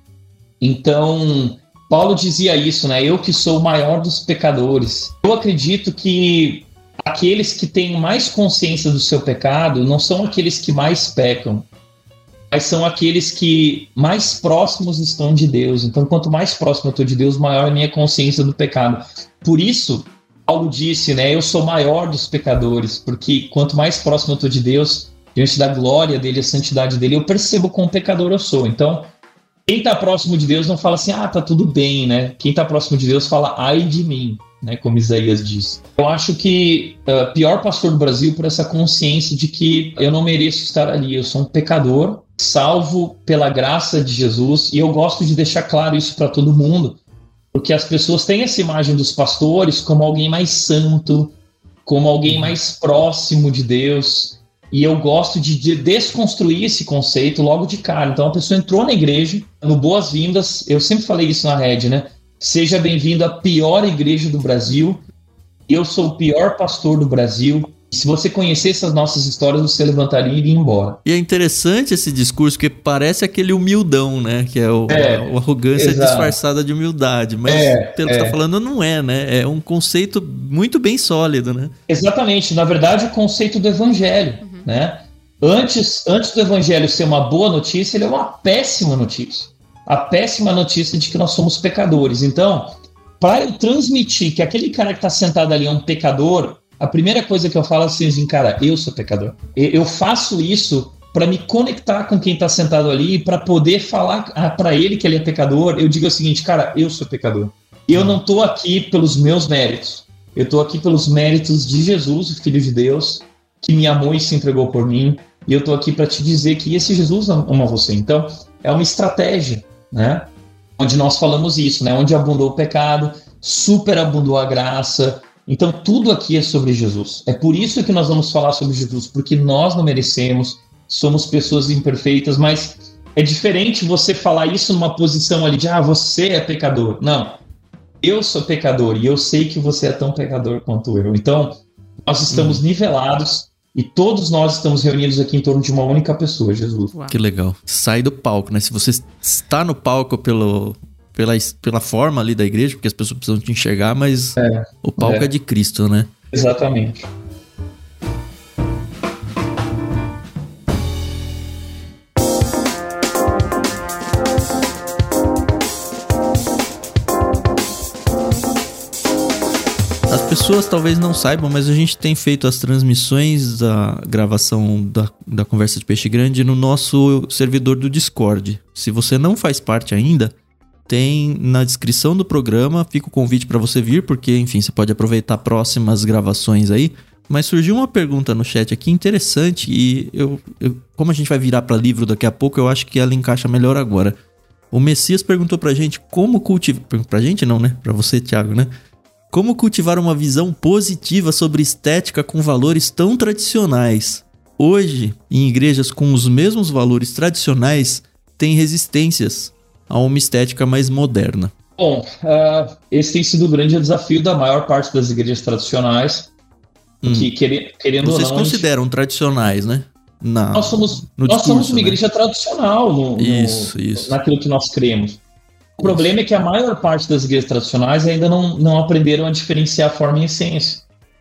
Então, Paulo dizia isso, né? Eu que sou o maior dos pecadores. Eu acredito que aqueles que têm mais consciência do seu pecado não são aqueles que mais pecam, mas são aqueles que mais próximos estão de Deus. Então, quanto mais próximo eu estou de Deus, maior é a minha consciência do pecado. Por isso, Paulo disse, né, eu sou maior dos pecadores, porque quanto mais próximo eu estou de Deus, diante da glória dele, a santidade dele, eu percebo quão pecador eu sou. Então, quem está próximo de Deus não fala assim, tá tudo bem, né? Quem está próximo de Deus fala, ai de mim, né? Como Isaías diz. Eu acho que pior pastor do Brasil por essa consciência de que eu não mereço estar ali, eu sou um pecador, salvo pela graça de Jesus, e eu gosto de deixar claro isso para todo mundo, porque as pessoas têm essa imagem dos pastores como alguém mais santo, como alguém mais próximo de Deus, e eu gosto de desconstruir esse conceito logo de cara. Então a pessoa entrou na igreja, no Boas-Vindas, eu sempre falei isso na rede, né? Seja bem-vindo à pior igreja do Brasil, eu sou o pior pastor do Brasil. Se você conhecesse as nossas histórias, você levantaria e iria embora. E é interessante esse discurso, porque parece aquele humildão, né? Que é a arrogância disfarçada de humildade. Mas pelo que você está falando, não é, né? É um conceito muito bem sólido, né? Exatamente. Na verdade, o conceito do evangelho, né? Antes do evangelho ser uma boa notícia, ele é uma péssima notícia. A péssima notícia de que nós somos pecadores. Então, para eu transmitir que aquele cara que está sentado ali é um pecador... A primeira coisa que eu falo assim, cara, eu sou pecador. Eu faço isso para me conectar com quem está sentado ali e para poder falar para ele que ele é pecador. Eu digo o seguinte, cara, eu sou pecador. Eu não estou aqui pelos meus méritos. Eu estou aqui pelos méritos de Jesus, o Filho de Deus, que me amou e se entregou por mim. E eu estou aqui para te dizer que esse Jesus ama você. Então, é uma estratégia, né? Onde nós falamos isso, né? Onde abundou o pecado, superabundou a graça. Então, tudo aqui é sobre Jesus. É por isso que nós vamos falar sobre Jesus, porque nós não merecemos, somos pessoas imperfeitas, mas é diferente você falar isso numa posição ali de, você é pecador. Não, eu sou pecador e eu sei que você é tão pecador quanto eu. Então, nós estamos nivelados e todos nós estamos reunidos aqui em torno de uma única pessoa, Jesus. Uau. Que legal. Sai do palco, né? Se você está no palco pela forma ali da igreja, porque as pessoas precisam te enxergar, mas o palco é de Cristo, né? Exatamente. As pessoas talvez não saibam, mas a gente tem feito as transmissões da gravação da Conversa de Peixe Grande no nosso servidor do Discord. Se você não faz parte ainda, tem na descrição do programa, fica o convite para você vir, porque, enfim, você pode aproveitar próximas gravações aí. Mas surgiu uma pergunta no chat aqui interessante e como a gente vai virar para livro daqui a pouco, eu acho que ela encaixa melhor agora. O Messias perguntou pra gente como cultivar... Pra gente não, né? Pra você, Thiago, né? Como cultivar uma visão positiva sobre estética com valores tão tradicionais? Hoje, em igrejas com os mesmos valores tradicionais, tem resistências a uma estética mais moderna. Bom, esse tem sido o grande desafio da maior parte das igrejas tradicionais, que querendo Vocês ou não... Vocês consideram tradicionais, né? Nós somos uma igreja tradicional isso. naquilo que nós cremos. O problema é que a maior parte das igrejas tradicionais ainda não aprenderam a diferenciar forma e essência.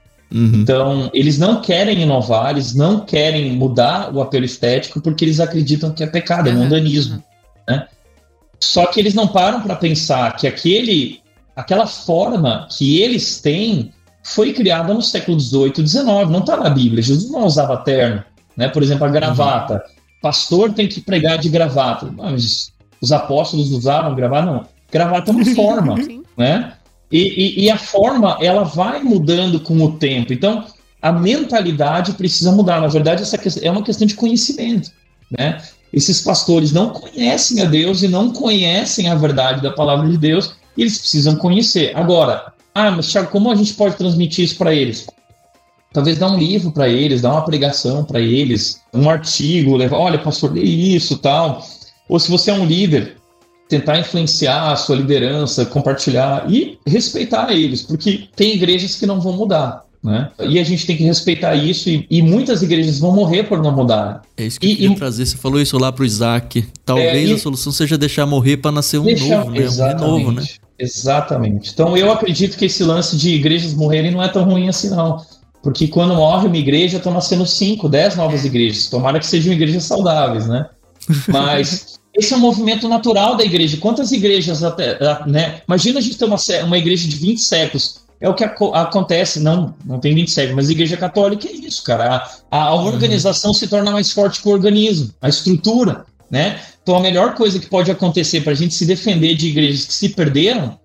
Então, eles não querem inovar, eles não querem mudar o apelo estético porque eles acreditam que é pecado, é mundanismo. Né? Só que eles não param para pensar que aquela forma que eles têm foi criada no século XVIII e XIX, não está na Bíblia. Jesus não usava terno, né? Por exemplo, a gravata. Pastor tem que pregar de gravata. Mas os apóstolos usavam gravata? Não. Gravata é uma forma, né? E a forma, ela vai mudando com o tempo. Então, a mentalidade precisa mudar. Na verdade, essa é uma questão de conhecimento, né? Esses pastores não conhecem a Deus e não conhecem a verdade da palavra de Deus, e eles precisam conhecer. Agora, mas Thiago, como a gente pode transmitir isso para eles? Talvez dar um livro para eles, dar uma pregação para eles, um artigo, olha, pastor, lê isso, tal. Ou se você é um líder, tentar influenciar a sua liderança, compartilhar e respeitar eles, porque tem igrejas que não vão mudar, né? E a gente tem que respeitar isso, e muitas igrejas vão morrer por não mudar. É isso que eu queria trazer. Você falou isso lá pro Isaac. Talvez a solução seja deixar morrer para nascer um novo, né? Um novo, né? Exatamente. Então eu acredito que esse lance de igrejas morrerem não é tão ruim assim, não. Porque quando morre uma igreja, estão nascendo 5, 10 novas igrejas. Tomara que sejam igrejas saudáveis, né? Mas esse é um movimento natural da igreja. Quantas igrejas, né? Imagina a gente ter uma igreja de 20 séculos. É o que acontece, não tem 20 séculos, mas a igreja católica é isso, cara. A organização se torna mais forte que o organismo, a estrutura, né? Então a melhor coisa que pode acontecer para a gente se defender de igrejas que se perderam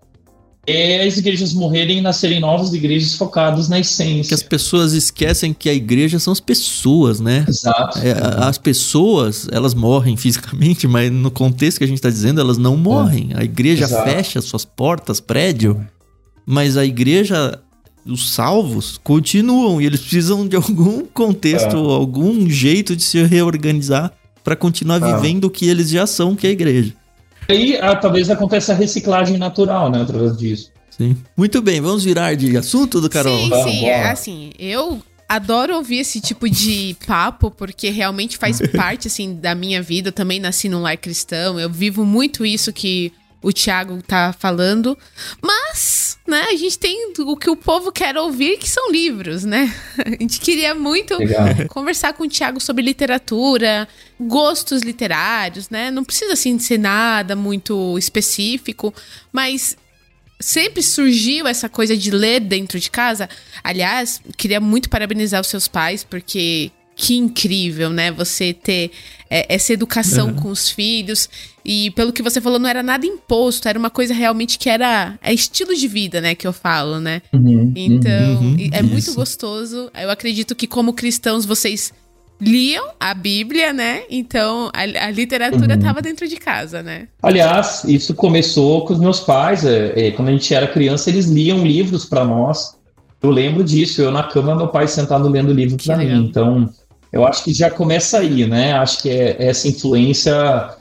é as igrejas morrerem e nascerem novas igrejas focadas na essência. Que as pessoas esquecem que a igreja são as pessoas, né? Exato. As pessoas, elas morrem fisicamente, mas no contexto que a gente está dizendo, elas não morrem. A igreja fecha suas portas, prédio, mas a igreja, os salvos, continuam e eles precisam de algum contexto, algum jeito de se reorganizar para continuar vivendo o que eles já são, que é a igreja. E aí, talvez aconteça a reciclagem natural, né, através disso. Sim. Muito bem, vamos virar de assunto, do Carol? Sim, assim, eu adoro ouvir esse tipo de papo, porque realmente faz parte, assim, da minha vida. Eu também nasci num lar cristão, eu vivo muito isso que o Thiago tá falando, mas, né, a gente tem o que o povo quer ouvir, que são livros, né? A gente queria muito conversar com o Thiago sobre literatura, gostos literários, né? Não precisa, assim, ser nada muito específico, mas sempre surgiu essa coisa de ler dentro de casa. Aliás, queria muito parabenizar os seus pais, porque que incrível, né? Você ter essa educação com os filhos. E pelo que você falou, não era nada imposto, era uma coisa realmente que era estilo de vida, né? Que eu falo, né? Então, é muito gostoso. Eu acredito que como cristãos vocês liam a Bíblia, né? Então, a literatura estava dentro de casa, né? Aliás, isso começou com os meus pais. Quando a gente era criança, eles liam livros para nós. Eu lembro disso. Eu na cama, meu pai sentado lendo livro para mim. Então, eu acho que já começa aí, né? Acho que essa influência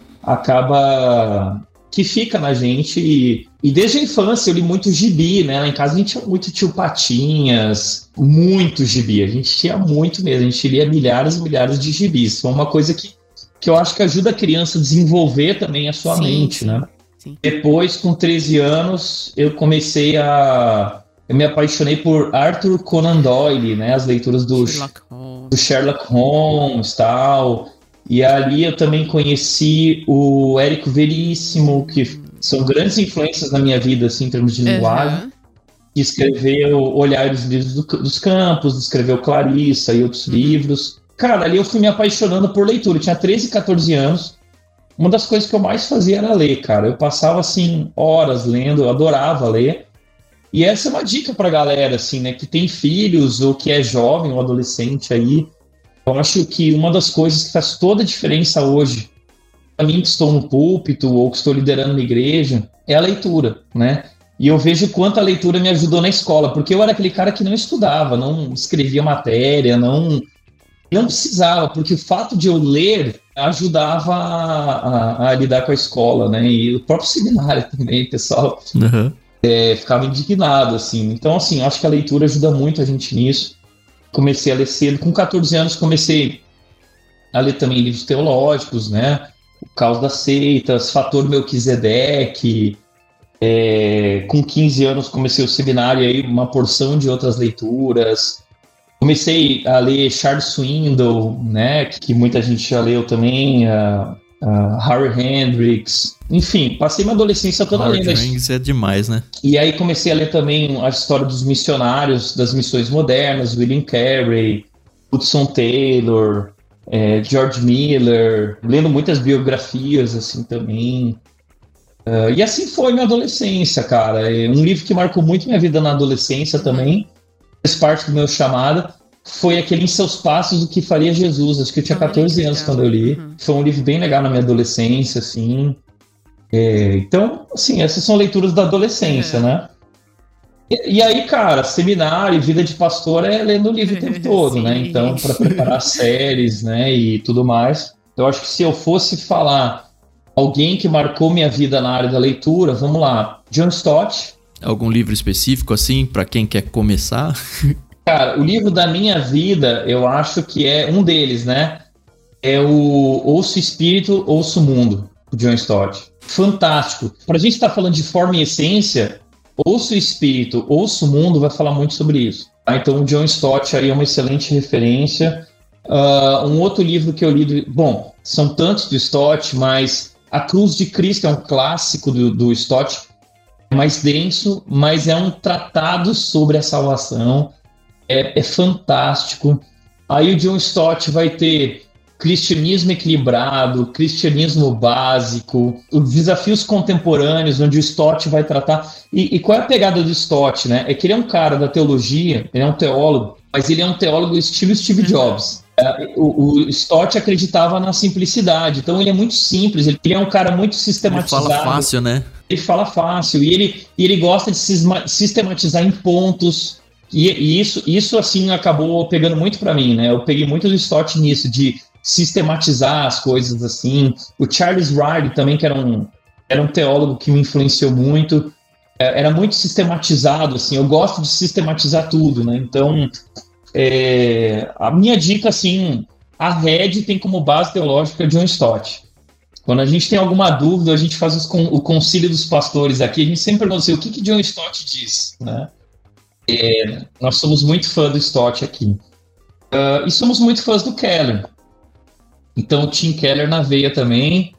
acaba que fica na gente. E desde a infância eu li muito gibi, né? Lá em casa a gente tinha muito Tio Patinhas, muito gibi. A gente tinha muito mesmo. A gente lia milhares e milhares de gibis. Foi uma coisa que eu acho que ajuda a criança a desenvolver também a sua mente, né? Sim. Depois, com 13 anos, eu me apaixonei por Arthur Conan Doyle, né? As leituras do Sherlock Holmes e tal. E ali eu também conheci o Érico Veríssimo, que são grandes influências na minha vida, assim, em termos de linguagem. Que escreveu Olhares Livres dos Campos, escreveu Clarissa e outros livros. Cara, ali eu fui me apaixonando por leitura. Eu tinha 13, 14 anos. Uma das coisas que eu mais fazia era ler, cara. Eu passava, assim, horas lendo, eu adorava ler. E essa é uma dica pra galera, assim, né, que tem filhos ou que é jovem ou adolescente aí. Eu acho que uma das coisas que faz toda a diferença hoje, para mim que estou no púlpito ou que estou liderando uma igreja, é a leitura, né? E eu vejo quanto a leitura me ajudou na escola, porque eu era aquele cara que não estudava, não escrevia matéria, não precisava, porque o fato de eu ler ajudava a lidar com a escola, né? E o próprio seminário também, pessoal. Ficava indignado, assim. Então, assim, acho que a leitura ajuda muito a gente nisso. Comecei a ler cedo. Com 14 anos, comecei a ler também livros teológicos, né? O Caos das Seitas, Fator Melquisedeque. Com 15 anos comecei o seminário, aí uma porção de outras leituras. Comecei a ler Charles Swindoll, né, que muita gente já leu também, Harry Hendricks. Enfim, passei minha adolescência toda lendo. Harry Hendricks é demais, né? E aí comecei a ler também a história dos missionários, das missões modernas, William Carey, Hudson Taylor, George Miller, lendo muitas biografias assim também. E assim foi minha adolescência, cara. Um livro que marcou muito minha vida na adolescência também, fez parte do meu chamado, foi aquele Em Seus Passos, O que Faria Jesus. Acho que eu tinha 14 anos quando eu li. Foi um livro bem legal na minha adolescência, assim. Então, assim, essas são leituras da adolescência, né? E aí, cara, seminário, vida de pastor é lendo o livro o tempo todo, né? Então, para preparar séries, né, e tudo mais. Eu acho que se eu fosse falar alguém que marcou minha vida na área da leitura, vamos lá, John Stott. Algum livro específico, assim, para quem quer começar? Cara, o livro da minha vida, eu acho que é um deles, né? É o Ouça o Espírito, Ouça o Mundo, do John Stott. Fantástico. Pra gente estar falando de forma e essência, Ouça o Espírito, Ouça o Mundo vai falar muito sobre isso. Tá? Então, o John Stott aí é uma excelente referência. Um outro livro que eu li... Bom, são tantos do Stott, mas A Cruz de Cristo é um clássico do Stott. É mais denso, mas é um tratado sobre a salvação. É fantástico. Aí o John Stott vai ter Cristianismo Equilibrado, Cristianismo Básico, os desafios contemporâneos, onde o Stott vai tratar... E qual é a pegada do Stott, né? É que ele é um cara da teologia, ele é um teólogo, mas ele é um teólogo estilo Steve Jobs. O Stott acreditava na simplicidade, então ele é muito simples, ele é um cara muito sistematizado. Ele fala fácil, né? Ele fala fácil, e ele gosta de sistematizar em pontos, e isso assim, acabou pegando muito para mim, né? Eu peguei muito do Stott nisso, de sistematizar as coisas assim. O Charles Riley também, que era um teólogo que me influenciou muito, era muito sistematizado, assim, eu gosto de sistematizar tudo, né? Então, a minha dica, assim, a Red tem como base teológica John Stott. Quando a gente tem alguma dúvida, a gente faz o concílio dos pastores aqui, a gente sempre pergunta assim, o que John Stott diz, né? Nós somos muito fã do Stott aqui. E somos muito fãs do Keller. Então, Tim Keller na veia também.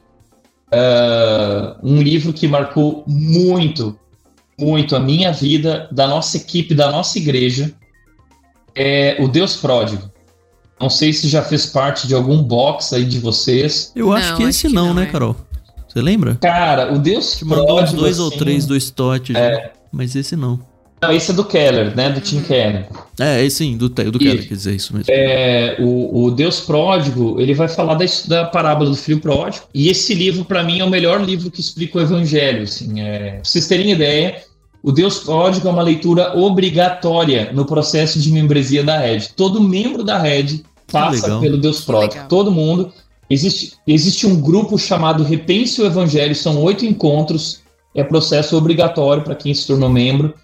Um livro que marcou muito, muito a minha vida, da nossa equipe, da nossa igreja, é O Deus Pródigo. Não sei se já fez parte de algum box aí de vocês. Eu acho que esse não, né, Carol? Você lembra? Cara, O Deus Pródigo... Mandou uns 2 ou 3 do Stott, mas esse não. Não, esse é do Keller, né? Do Tim Keller. Sim, do Keller, quer dizer isso mesmo. O Deus Pródigo, ele vai falar da parábola do filho pródigo. E esse livro, para mim, é o melhor livro que explica o evangelho. Assim, pra vocês terem ideia, o Deus Pródigo é uma leitura obrigatória no processo de membresia da Red. Todo membro da Red passa pelo Deus Pródigo. Todo mundo. Existe um grupo chamado Repense o Evangelho, são 8 encontros. É processo obrigatório para quem se tornou membro.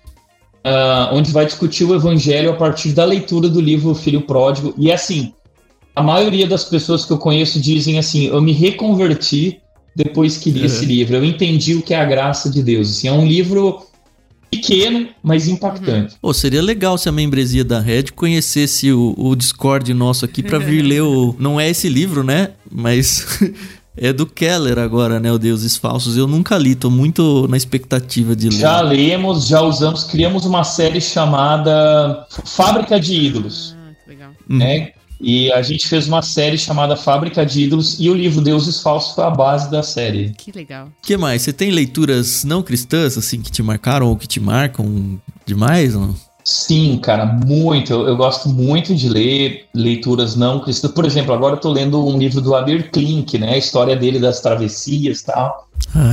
Onde vai discutir o evangelho a partir da leitura do livro Filho Pródigo. E assim, a maioria das pessoas que eu conheço dizem assim, eu me reconverti depois que li esse livro, eu entendi o que é a graça de Deus. Assim, é um livro pequeno, mas impactante. Seria legal se a membresia da Red conhecesse o Discord nosso aqui para vir ler não é esse livro, né? Mas... É do Keller agora, né? O Deuses Falsos. Eu nunca li, tô muito na expectativa de ler. Já lemos, já usamos, criamos uma série chamada Fábrica de Ídolos. Que legal. Né? E a gente fez uma série chamada Fábrica de Ídolos e o livro Deuses Falsos foi a base da série. Que legal. O que mais? Você tem leituras não cristãs, assim, que te marcaram ou que te marcam demais, ou não? Sim, cara, muito. Eu gosto muito de ler leituras não cristãs. Por exemplo, agora eu tô lendo um livro do Amir Klink, né? A história dele das travessias e tal.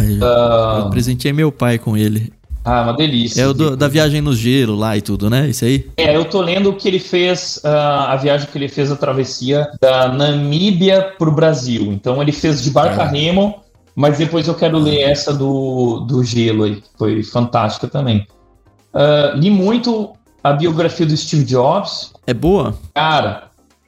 Eu presenteei meu pai com ele. Uma delícia. É o da viagem no gelo lá e tudo, né? Isso aí? Eu tô lendo o que ele fez, a viagem que ele fez, a travessia da Namíbia pro Brasil. Então ele fez de barco a remo, mas depois eu quero ler essa do gelo aí. Foi fantástica também. Li muito a biografia do Steve Jobs. É boa? Cara,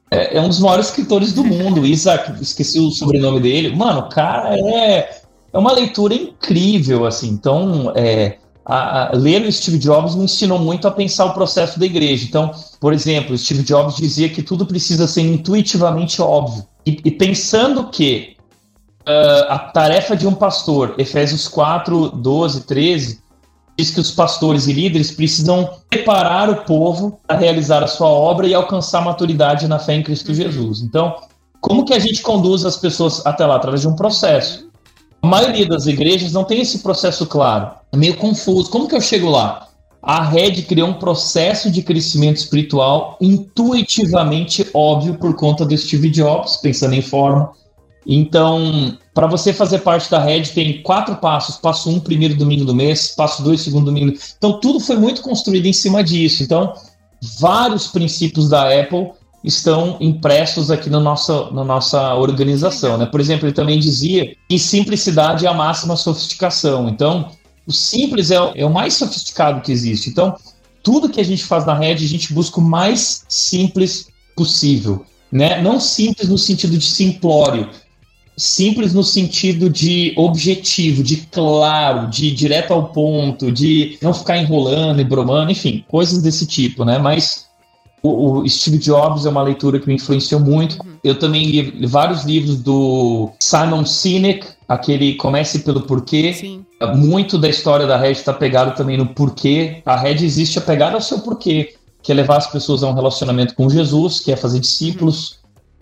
É um dos maiores escritores do mundo, Isaac, esqueci o sobrenome dele. Mano, o cara é uma leitura incrível, assim. Então, ler o Steve Jobs me ensinou muito a pensar o processo da igreja. Então, por exemplo, o Steve Jobs dizia que tudo precisa ser intuitivamente óbvio. E pensando que a tarefa de um pastor, Efésios 4, 12, 13, diz que os pastores e líderes precisam preparar o povo para realizar a sua obra e alcançar maturidade na fé em Cristo Jesus. Então, como que a gente conduz as pessoas até lá? Através de um processo. A maioria das igrejas não tem esse processo claro. É meio confuso. Como que eu chego lá? A Red criou um processo de crescimento espiritual intuitivamente óbvio por conta do Steve Jobs, pensando em forma. Então, para você fazer parte da Red, tem 4 passos. Passo 1, primeiro domingo do mês. Passo 2, segundo domingo. Então, tudo foi muito construído em cima disso. Então, vários princípios da Apple estão impressos aqui na nossa organização, né? Por exemplo, ele também dizia que simplicidade é a máxima sofisticação. Então, o simples é o mais sofisticado que existe. Então, tudo que a gente faz na Red, a gente busca o mais simples possível, né? Não simples no sentido de simplório, simples no sentido de objetivo, de claro, de direto ao ponto, de não ficar enrolando e bromando, enfim, coisas desse tipo, né? Mas o Steve Jobs é uma leitura que me influenciou muito. Eu também li vários livros do Simon Sinek, aquele Comece pelo Porquê. Sim. Muito da história da Red está pegado também no porquê. A Red existe apegada ao seu porquê, que é levar as pessoas a um relacionamento com Jesus, que é fazer discípulos.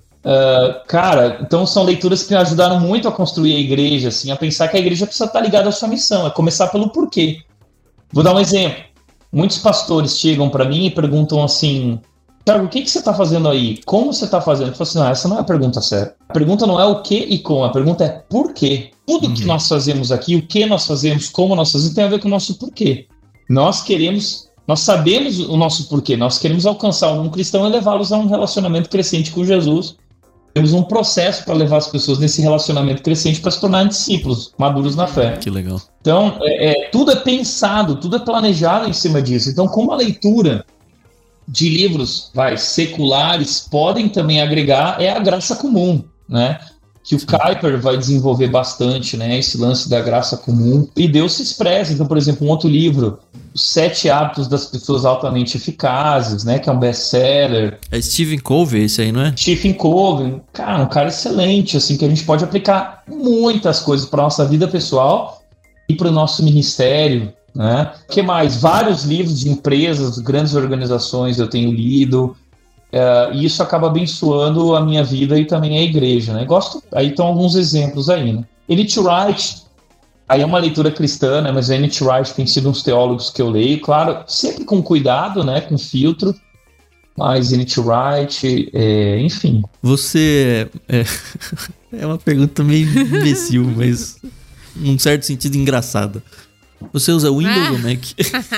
Cara, então são leituras que me ajudaram muito a construir a igreja, assim, a pensar que a igreja precisa estar ligada à sua missão, é começar pelo porquê. Vou dar um exemplo. Muitos pastores chegam para mim e perguntam assim: Thiago, o que você está fazendo aí? Como você está fazendo? Eu falo assim: não, essa não é a pergunta séria. A pergunta não é o que e como, a pergunta é por quê. Tudo que nós fazemos aqui, o que nós fazemos, como nós fazemos, tem a ver com o nosso porquê. Nós sabemos o nosso porquê, nós queremos alcançar um cristão e levá-los a um relacionamento crescente com Jesus. Temos um processo para levar as pessoas nesse relacionamento crescente para se tornarem discípulos, maduros na fé. Que legal. Então, tudo é pensado, tudo é planejado em cima disso. Então, como a leitura de livros seculares podem também agregar, é a graça comum, né? Que o Kuyper vai desenvolver bastante, né? Esse lance da graça comum. E Deus se expressa. Então, por exemplo, um outro livro, Os 7 Hábitos das Pessoas Altamente Eficazes, né? Que é um best-seller. É Stephen Covey esse aí, não é? Stephen Covey, cara, um cara excelente, assim, que a gente pode aplicar muitas coisas para nossa vida pessoal e para o nosso ministério, né? O que mais? Vários livros de empresas, grandes organizações eu tenho lido. E isso acaba abençoando a minha vida e também a igreja, né? Aí estão alguns exemplos aí, né? N.T. Wright, aí é uma leitura cristã, né? Mas a N.T. Wright tem sido uns teólogos que eu leio, claro, sempre com cuidado, né? Com filtro, mas N.T. Wright, enfim. Você... É uma pergunta meio imbecil, mas num certo sentido engraçada. Você usa Windows ou Mac?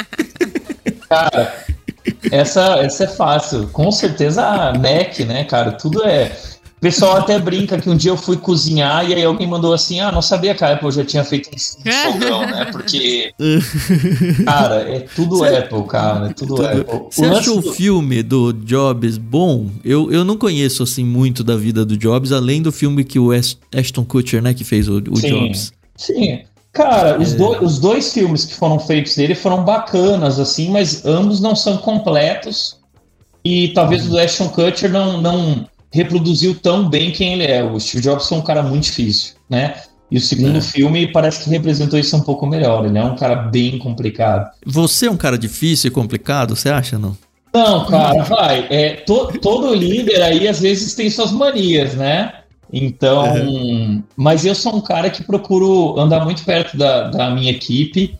Cara... Essa é fácil, com certeza a Mac, né, cara, tudo o pessoal até brinca que um dia eu fui cozinhar e aí alguém mandou assim, não sabia que a Apple já tinha feito um fogão, né, porque, cara, é tudo Apple, cara, é tudo Apple. Você achou o filme do Jobs bom? Eu não conheço, assim, muito da vida do Jobs, além do filme que o Ashton Kutcher, né, que fez o Jobs. Sim. Cara, os dois filmes que foram feitos dele foram bacanas, assim, mas ambos não são completos e talvez o do Ashton Kutcher não reproduziu tão bem quem ele é. O Steve Jobs foi um cara muito difícil, né? E o segundo filme parece que representou isso um pouco melhor. Ele é um cara bem complicado. Você é um cara difícil e complicado, você acha, não? Não, cara, todo líder aí às vezes tem suas manias, né? Então, mas eu sou um cara que procuro andar muito perto da minha equipe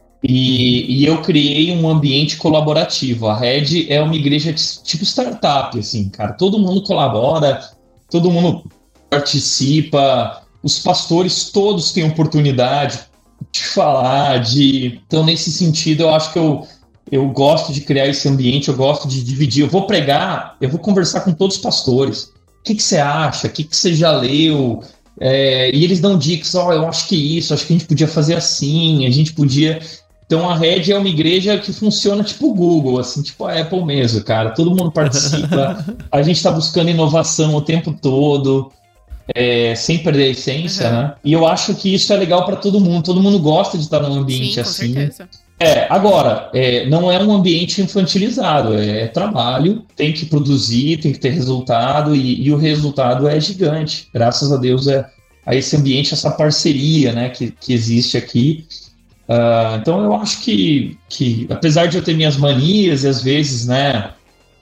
e eu criei um ambiente colaborativo. A Red é uma igreja tipo startup, assim, cara. Todo mundo colabora, todo mundo participa, os pastores todos têm oportunidade de falar, Então, nesse sentido, eu acho que eu gosto de criar esse ambiente, eu gosto de dividir. Eu vou pregar, eu vou conversar com todos os pastores. O que você acha? O que você já leu? E eles dão dicas, eu acho que isso, acho que a gente podia fazer assim, a gente podia... Então a Red é uma igreja que funciona tipo o Google, assim, tipo a Apple mesmo, cara. Todo mundo participa, a gente está buscando inovação o tempo todo, sem perder a essência, né? E eu acho que isso é legal para todo mundo gosta de estar num ambiente Sim, assim. com certeza. Agora, não é um ambiente infantilizado, é trabalho, tem que produzir, tem que ter resultado, e o resultado é gigante. Graças a Deus a esse ambiente, essa parceria, né, que existe aqui. Então eu acho que apesar de eu ter minhas manias e às vezes, né,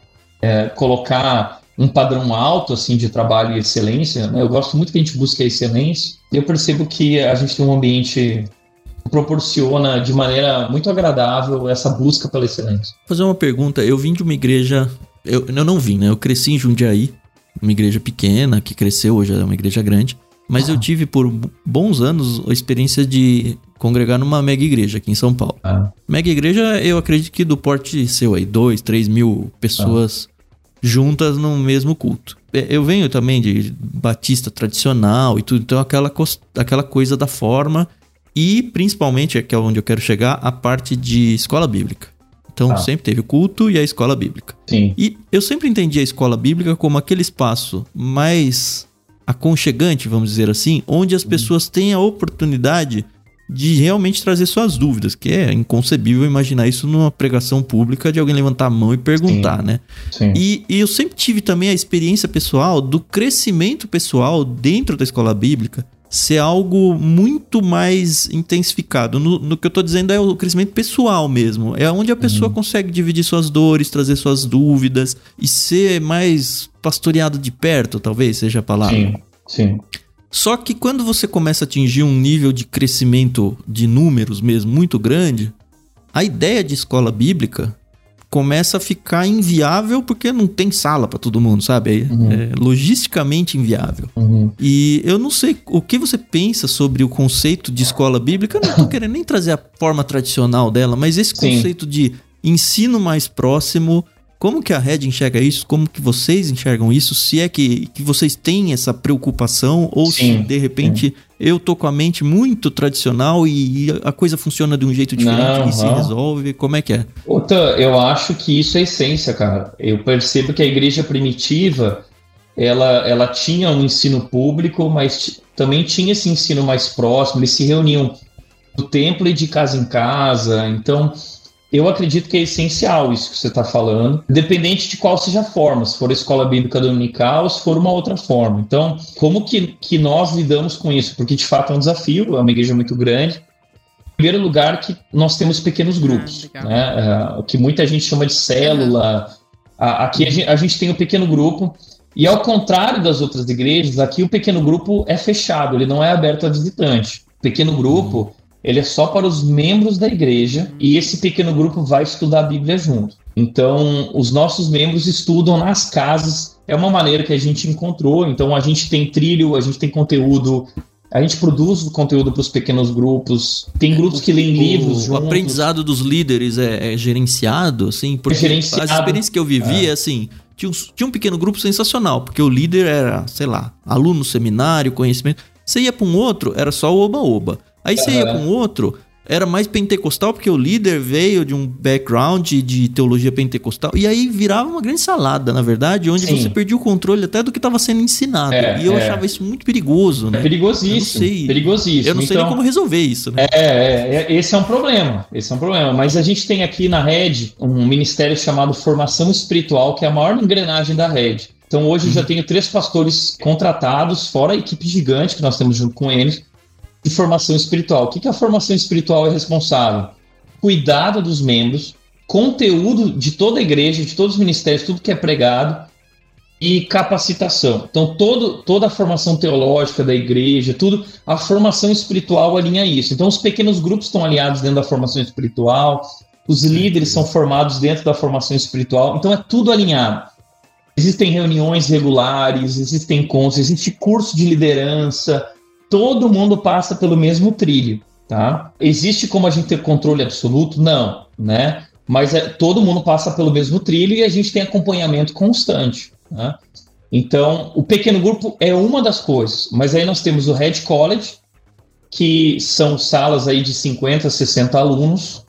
colocar um padrão alto assim, de trabalho e excelência, né, eu gosto muito que a gente busque a excelência, e eu percebo que a gente tem um ambiente que proporciona de maneira muito agradável essa busca pela excelência. Vou fazer uma pergunta, eu vim de uma igreja, eu não vim, né, eu cresci em Jundiaí, uma igreja pequena que cresceu, hoje é uma igreja grande, mas eu tive por bons anos a experiência de congregar numa mega igreja aqui em São Paulo. Mega igreja, eu acredito que do porte seu aí, 2, 3 mil pessoas juntas no mesmo culto. Eu venho também de batista tradicional e tudo, então aquela coisa da forma e principalmente, que é onde eu quero chegar, a parte de escola bíblica. Então sempre teve o culto e a escola bíblica. Sim. E eu sempre entendi a escola bíblica como aquele espaço mais aconchegante, vamos dizer assim, onde as pessoas têm a oportunidade de realmente trazer suas dúvidas, que é inconcebível imaginar isso numa pregação pública de alguém levantar a mão e perguntar, né? Sim. E eu sempre tive também a experiência pessoal do crescimento pessoal dentro da escola bíblica ser algo muito mais intensificado. No que eu tô dizendo é o crescimento pessoal mesmo. É onde a pessoa consegue dividir suas dores, trazer suas dúvidas e ser mais pastoreado de perto, talvez seja a palavra. Sim. Só que quando você começa a atingir um nível de crescimento de números mesmo muito grande, a ideia de escola bíblica começa a ficar inviável porque não tem sala para todo mundo, sabe? É logisticamente inviável. E eu não sei o que você pensa sobre o conceito de escola bíblica. Eu não tô querendo nem trazer a forma tradicional dela, mas esse conceito de ensino mais próximo. Como que a Red enxerga isso? Como que vocês enxergam isso? Se é que vocês têm essa preocupação ou se de repente eu tô com a mente muito tradicional e a coisa funciona de um jeito diferente e se resolve? Como é que é? Eu acho que isso é essência, cara. Eu percebo que a igreja primitiva ela tinha um ensino público, mas também tinha esse ensino mais próximo. Eles se reuniam no templo e de casa em casa. Então eu acredito que é essencial isso que você está falando, independente de qual seja a forma, se for a escola bíblica dominical, se for uma outra forma. Então, como que nós lidamos com isso? Porque, de fato, é um desafio, é uma igreja muito grande. Em primeiro lugar, que nós temos pequenos grupos, né? O que muita gente chama de célula. Aqui a gente tem um pequeno grupo, e ao contrário das outras igrejas, aqui o pequeno grupo é fechado, ele não é aberto a visitante. O pequeno grupo ele é só para os membros da igreja e esse pequeno grupo vai estudar a Bíblia junto. Então, os nossos membros estudam nas casas, é uma maneira que a gente encontrou. Então, a gente tem trilho, a gente tem conteúdo, a gente produz conteúdo para os pequenos grupos, tem grupos que leem livros juntos. O aprendizado dos líderes é gerenciado, assim? Porque gerenciado. As experiências que eu vivi assim, tinha um pequeno grupo sensacional, porque o líder era, sei lá, aluno, seminário, conhecimento. Você ia para um outro, era só o oba-oba. Aí você ia com outro, era mais pentecostal, porque o líder veio de um background de teologia pentecostal. E aí virava uma grande salada, na verdade, onde você perdia o controle até do que estava sendo ensinado. E eu achava isso muito perigoso, né? É perigosíssimo. Eu não sei nem como resolver isso, né? Esse é um problema. Mas a gente tem aqui na Red um ministério chamado Formação Espiritual, que é a maior engrenagem da Red. Então hoje eu já tenho 3 pastores contratados, fora a equipe gigante que nós temos junto com eles, de formação espiritual. O que a formação espiritual é responsável? Cuidado dos membros, conteúdo de toda a igreja, de todos os ministérios, tudo que é pregado e capacitação. Então, toda a formação teológica da igreja, a formação espiritual alinha isso. Então, os pequenos grupos estão alinhados dentro da formação espiritual, os líderes são formados dentro da formação espiritual, então é tudo alinhado. Existem reuniões regulares, existem encontros, existe curso de liderança. Todo mundo passa pelo mesmo trilho, tá? Existe como a gente ter controle absoluto? Não, né? Mas todo mundo passa pelo mesmo trilho e a gente tem acompanhamento constante, né? Então, o pequeno grupo é uma das coisas, mas aí nós temos o Red College, que são salas aí de 50, 60 alunos,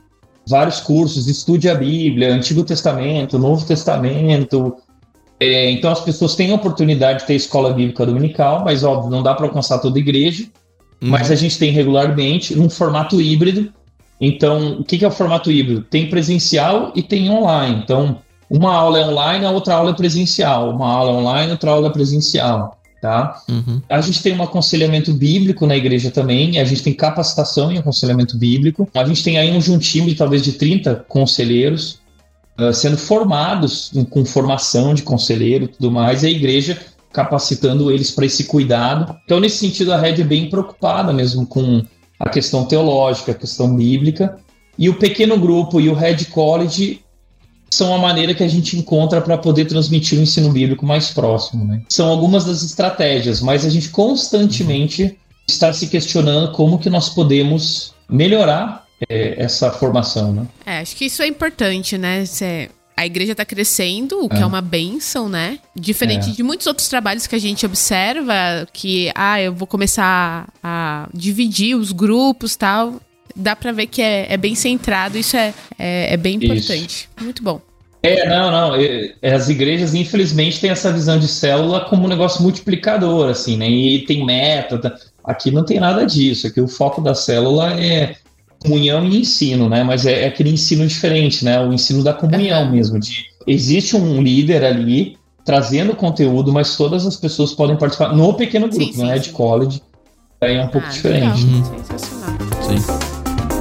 vários cursos, estude a Bíblia, Antigo Testamento, Novo Testamento. Então as pessoas têm a oportunidade de ter escola bíblica dominical, mas óbvio, não dá para alcançar toda a igreja, mas a gente tem regularmente num formato híbrido. Então, o que é o formato híbrido? Tem presencial e tem online. Então, uma aula é online, a outra aula é presencial. Uma aula é online, outra aula é presencial. Tá? A gente tem um aconselhamento bíblico na igreja também, a gente tem capacitação em aconselhamento bíblico, a gente tem aí um time talvez de 30 conselheiros sendo formados com formação de conselheiro e tudo mais, e a igreja capacitando eles para esse cuidado. Então, nesse sentido, a Red é bem preocupada mesmo com a questão teológica, a questão bíblica, e o pequeno grupo e o Red College são a maneira que a gente encontra para poder transmitir o ensino bíblico mais próximo, né? São algumas das estratégias, mas a gente constantemente está se questionando como que nós podemos melhorar essa formação, né? Acho que isso é importante, né? A igreja está crescendo, o que é uma bênção, né? Diferente de muitos outros trabalhos que a gente observa, que eu vou começar a dividir os grupos e tal. Dá pra ver que é bem centrado, isso é bem importante. Isso. Muito bom. As igrejas, infelizmente, têm essa visão de célula como um negócio multiplicador, assim, né? E tem meta. Aqui não tem nada disso. Aqui o foco da célula é comunhão e ensino, né? Mas é aquele ensino diferente, né? O ensino da comunhão mesmo. Existe um líder ali trazendo conteúdo, mas todas as pessoas podem participar no pequeno grupo, não é de college. Aí é um pouco diferente. Sensacional. Sim.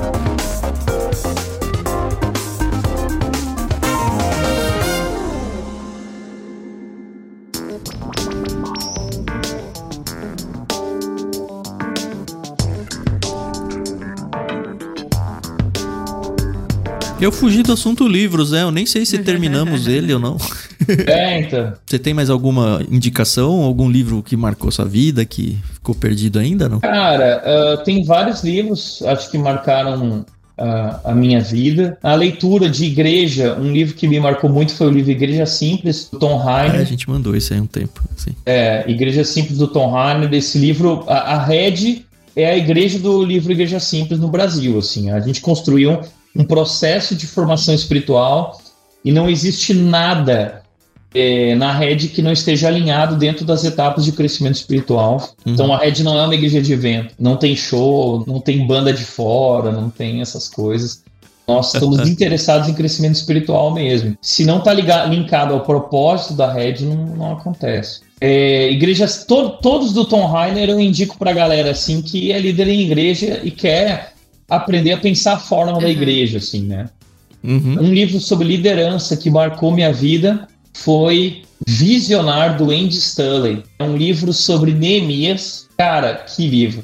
Eu fugi do assunto livros, né? Eu nem sei se terminamos ele ou não. Então. Você tem mais alguma indicação? Algum livro que marcou sua vida, que ficou perdido ainda, não? Cara, tem vários livros, acho que marcaram a minha vida. A leitura de igreja, um livro que me marcou muito foi o livro Igreja Simples, do Tom Rainer. A gente mandou isso aí há um tempo. Sim. Igreja Simples, do Tom Rainer. Desse livro, a Red é a igreja do livro Igreja Simples no Brasil. Assim, a gente construiu um processo de formação espiritual e não existe nada na Red que não esteja alinhado dentro das etapas de crescimento espiritual. Então a Red não é uma igreja de evento, não tem show, não tem banda de fora, não tem essas coisas. Nós estamos interessados em crescimento espiritual mesmo. Se não está linkado ao propósito da Red, não acontece. Igrejas, todos do Tom Rainer eu indico para a galera assim, que é líder em igreja e quer aprender a pensar a forma da igreja, assim, né? Um livro sobre liderança que marcou minha vida foi Visionar, do Andy Stanley. É um livro sobre Neemias. Cara, que livro.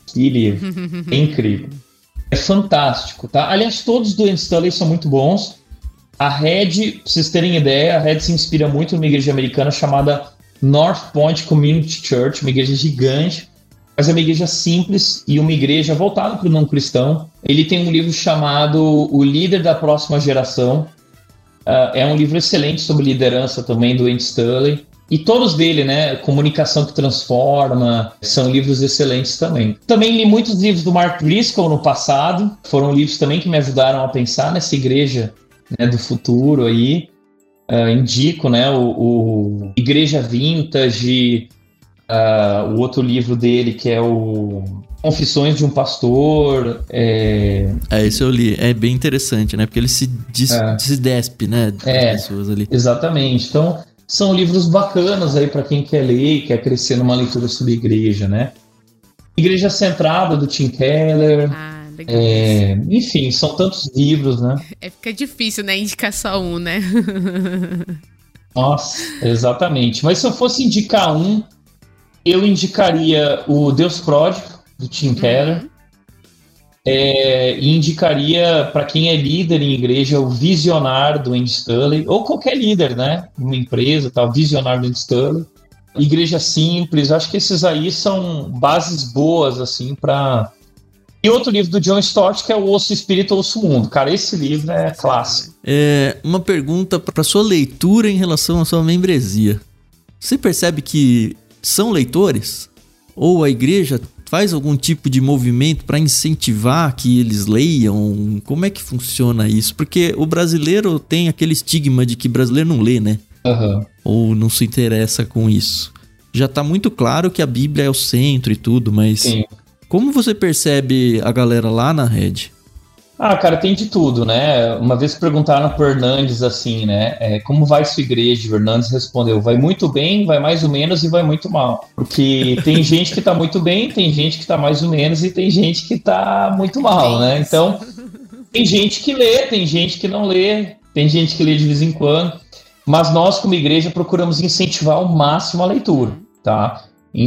É incrível. É fantástico, tá? Aliás, todos do Andy Stanley são muito bons. A Red, pra vocês terem ideia, a Red se inspira muito numa igreja americana chamada North Point Community Church, uma igreja gigante, mas é uma igreja simples e uma igreja voltada para o não cristão. Ele tem um livro chamado O Líder da Próxima Geração. É um livro excelente sobre liderança também, do Andy Stanley. E todos dele, né? Comunicação que Transforma, são livros excelentes também. Também li muitos livros do Mark Driscoll no passado. Foram livros também que me ajudaram a pensar nessa igreja, né, do futuro aí. Indico, né? O Igreja Vintage, o outro livro dele, que é o Confissões de um Pastor. Esse eu li. É bem interessante, né? Porque ele se despe, né? Das pessoas ali. Exatamente. Então, são livros bacanas aí para quem quer ler e quer crescer numa leitura sobre igreja, né? Igreja Centrada, do Tim Keller. Legal. Enfim, são tantos livros, né? Fica difícil, né? Indicar só um, né? Nossa, exatamente. Mas se eu fosse indicar um, eu indicaria o Deus Pródigo, do Tim Keller. E indicaria, para quem é líder em igreja, o Visionar, do Andy Stanley, ou qualquer líder, né? Uma empresa, tal, Visionar, do Andy Stanley. Igreja Simples, acho que esses aí são bases boas, assim, para... E outro livro do John Stott, que é o Ouça o Espírito, Ouça o Mundo. Cara, esse livro é clássico. Uma pergunta para sua leitura em relação à sua membresia. Você percebe que são leitores? Ou a igreja faz algum tipo de movimento para incentivar que eles leiam? Como é que funciona isso? Porque o brasileiro tem aquele estigma de que brasileiro não lê, né? Uhum. Ou não se interessa com isso. Já tá muito claro que a Bíblia é o centro e tudo, mas Sim. Como você percebe a galera lá na rede? Cara, tem de tudo, né? Uma vez perguntaram pro Hernandes assim, né? Como vai sua igreja? O Hernandes respondeu, vai muito bem, vai mais ou menos e vai muito mal. Porque tem gente que tá muito bem, tem gente que tá mais ou menos e tem gente que tá muito mal, né? Então, tem gente que lê, tem gente que não lê, tem gente que lê de vez em quando. Mas nós, como igreja, procuramos incentivar ao máximo a leitura, tá?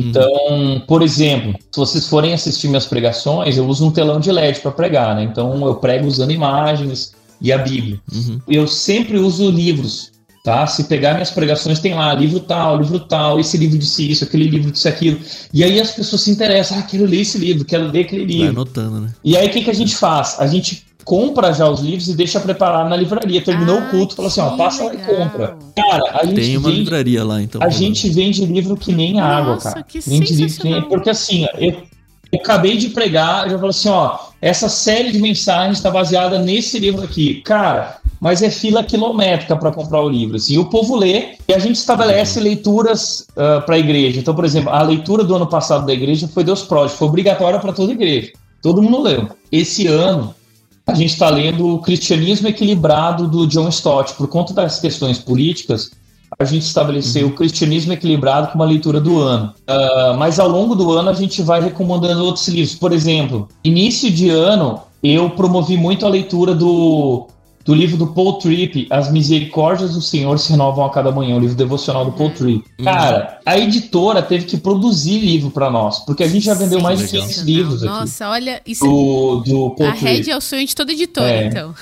Então, por exemplo, se vocês forem assistir minhas pregações, eu uso um telão de LED para pregar, né? Então, eu prego usando imagens e a Bíblia. Eu sempre uso livros, tá? Se pegar minhas pregações, tem lá livro tal, esse livro disse isso, aquele livro disse aquilo. E aí as pessoas se interessam, quero ler esse livro, quero ler aquele livro. Vai anotando, né? E aí, o que a gente faz? A gente compra já os livros e deixa preparar na livraria. Terminou o culto, fala assim, passa lá e compra. Cara, a gente tem uma livraria lá, então. A gente vende livro que nem água, cara. Que vende livro que nem... Porque assim, eu acabei de pregar, eu já falo assim, essa série de mensagens está baseada nesse livro aqui. Cara, mas é fila quilométrica para comprar o livro. Assim, e o povo lê e a gente estabelece leituras para a igreja. Então, por exemplo, a leitura do ano passado da igreja foi Deus Pródigo, foi obrigatória para toda a igreja. Todo mundo leu. Esse ano, a gente está lendo o Cristianismo Equilibrado do John Stott. Por conta das questões políticas, a gente estabeleceu o Cristianismo Equilibrado como a leitura do ano. Mas ao longo do ano a gente vai recomendando outros livros. Por exemplo, início de ano eu promovi muito a leitura do livro do Paul Tripp, As Misericórdias do Senhor se renovam a cada manhã, o livro devocional do Paul Tripp. Cara, a editora teve que produzir livro para nós, porque a gente já vendeu mais de 500 livros aqui. Nossa, olha, isso do Paul a Tripp. Red é o sonho de toda editora, então.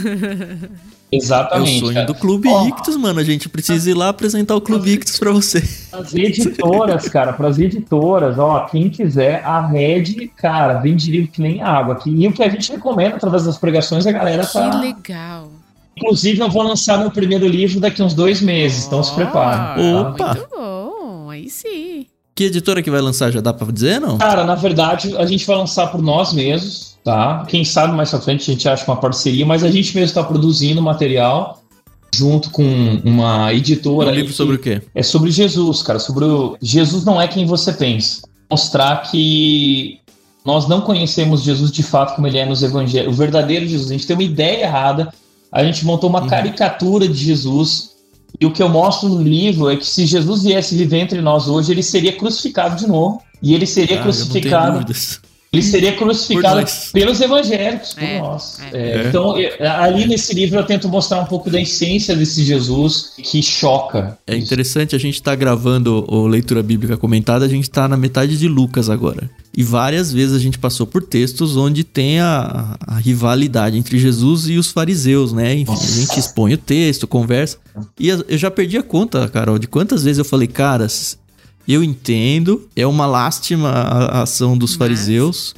Exatamente. É o sonho do Clube Ictus, mano. A gente precisa ir lá apresentar o Clube Ictus pra você. As editoras, cara, pras editoras, quem quiser, a Red, cara, vende livro que nem água aqui. E o que a gente recomenda através das pregações, a galera tá... Que legal. Inclusive, eu vou lançar meu primeiro livro daqui uns 2 meses, então se preparem. Opa! Muito bom, aí sim. Que editora que vai lançar, já dá pra dizer, não? Cara, na verdade, a gente vai lançar por nós mesmos, tá? Quem sabe mais pra frente a gente acha uma parceria, mas a gente mesmo está produzindo material junto com uma editora. Um livro sobre o quê? É sobre Jesus, cara. Jesus não é quem você pensa. Mostrar que nós não conhecemos Jesus de fato como ele é nos evangelhos. O verdadeiro Jesus. A gente tem uma ideia errada. A gente montou uma caricatura de Jesus. E o que eu mostro no livro é que se Jesus viesse viver entre nós hoje, ele seria crucificado de novo. E ele seria crucificado. Ele seria crucificado pelos evangélicos, por nós. Então, ali nesse livro eu tento mostrar um pouco da essência desse Jesus que choca. É interessante, a gente tá gravando o Leitura Bíblica Comentada, a gente tá na metade de Lucas agora. E várias vezes a gente passou por textos onde tem a rivalidade entre Jesus e os fariseus, né? Enfim, a gente expõe o texto, conversa. E eu já perdi a conta, Carol, de quantas vezes eu falei, cara... Eu entendo, é uma lástima a ação dos fariseus,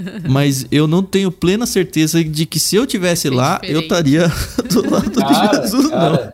mas eu não tenho plena certeza de que se eu tivesse lá, eu estaria do lado de Jesus, não.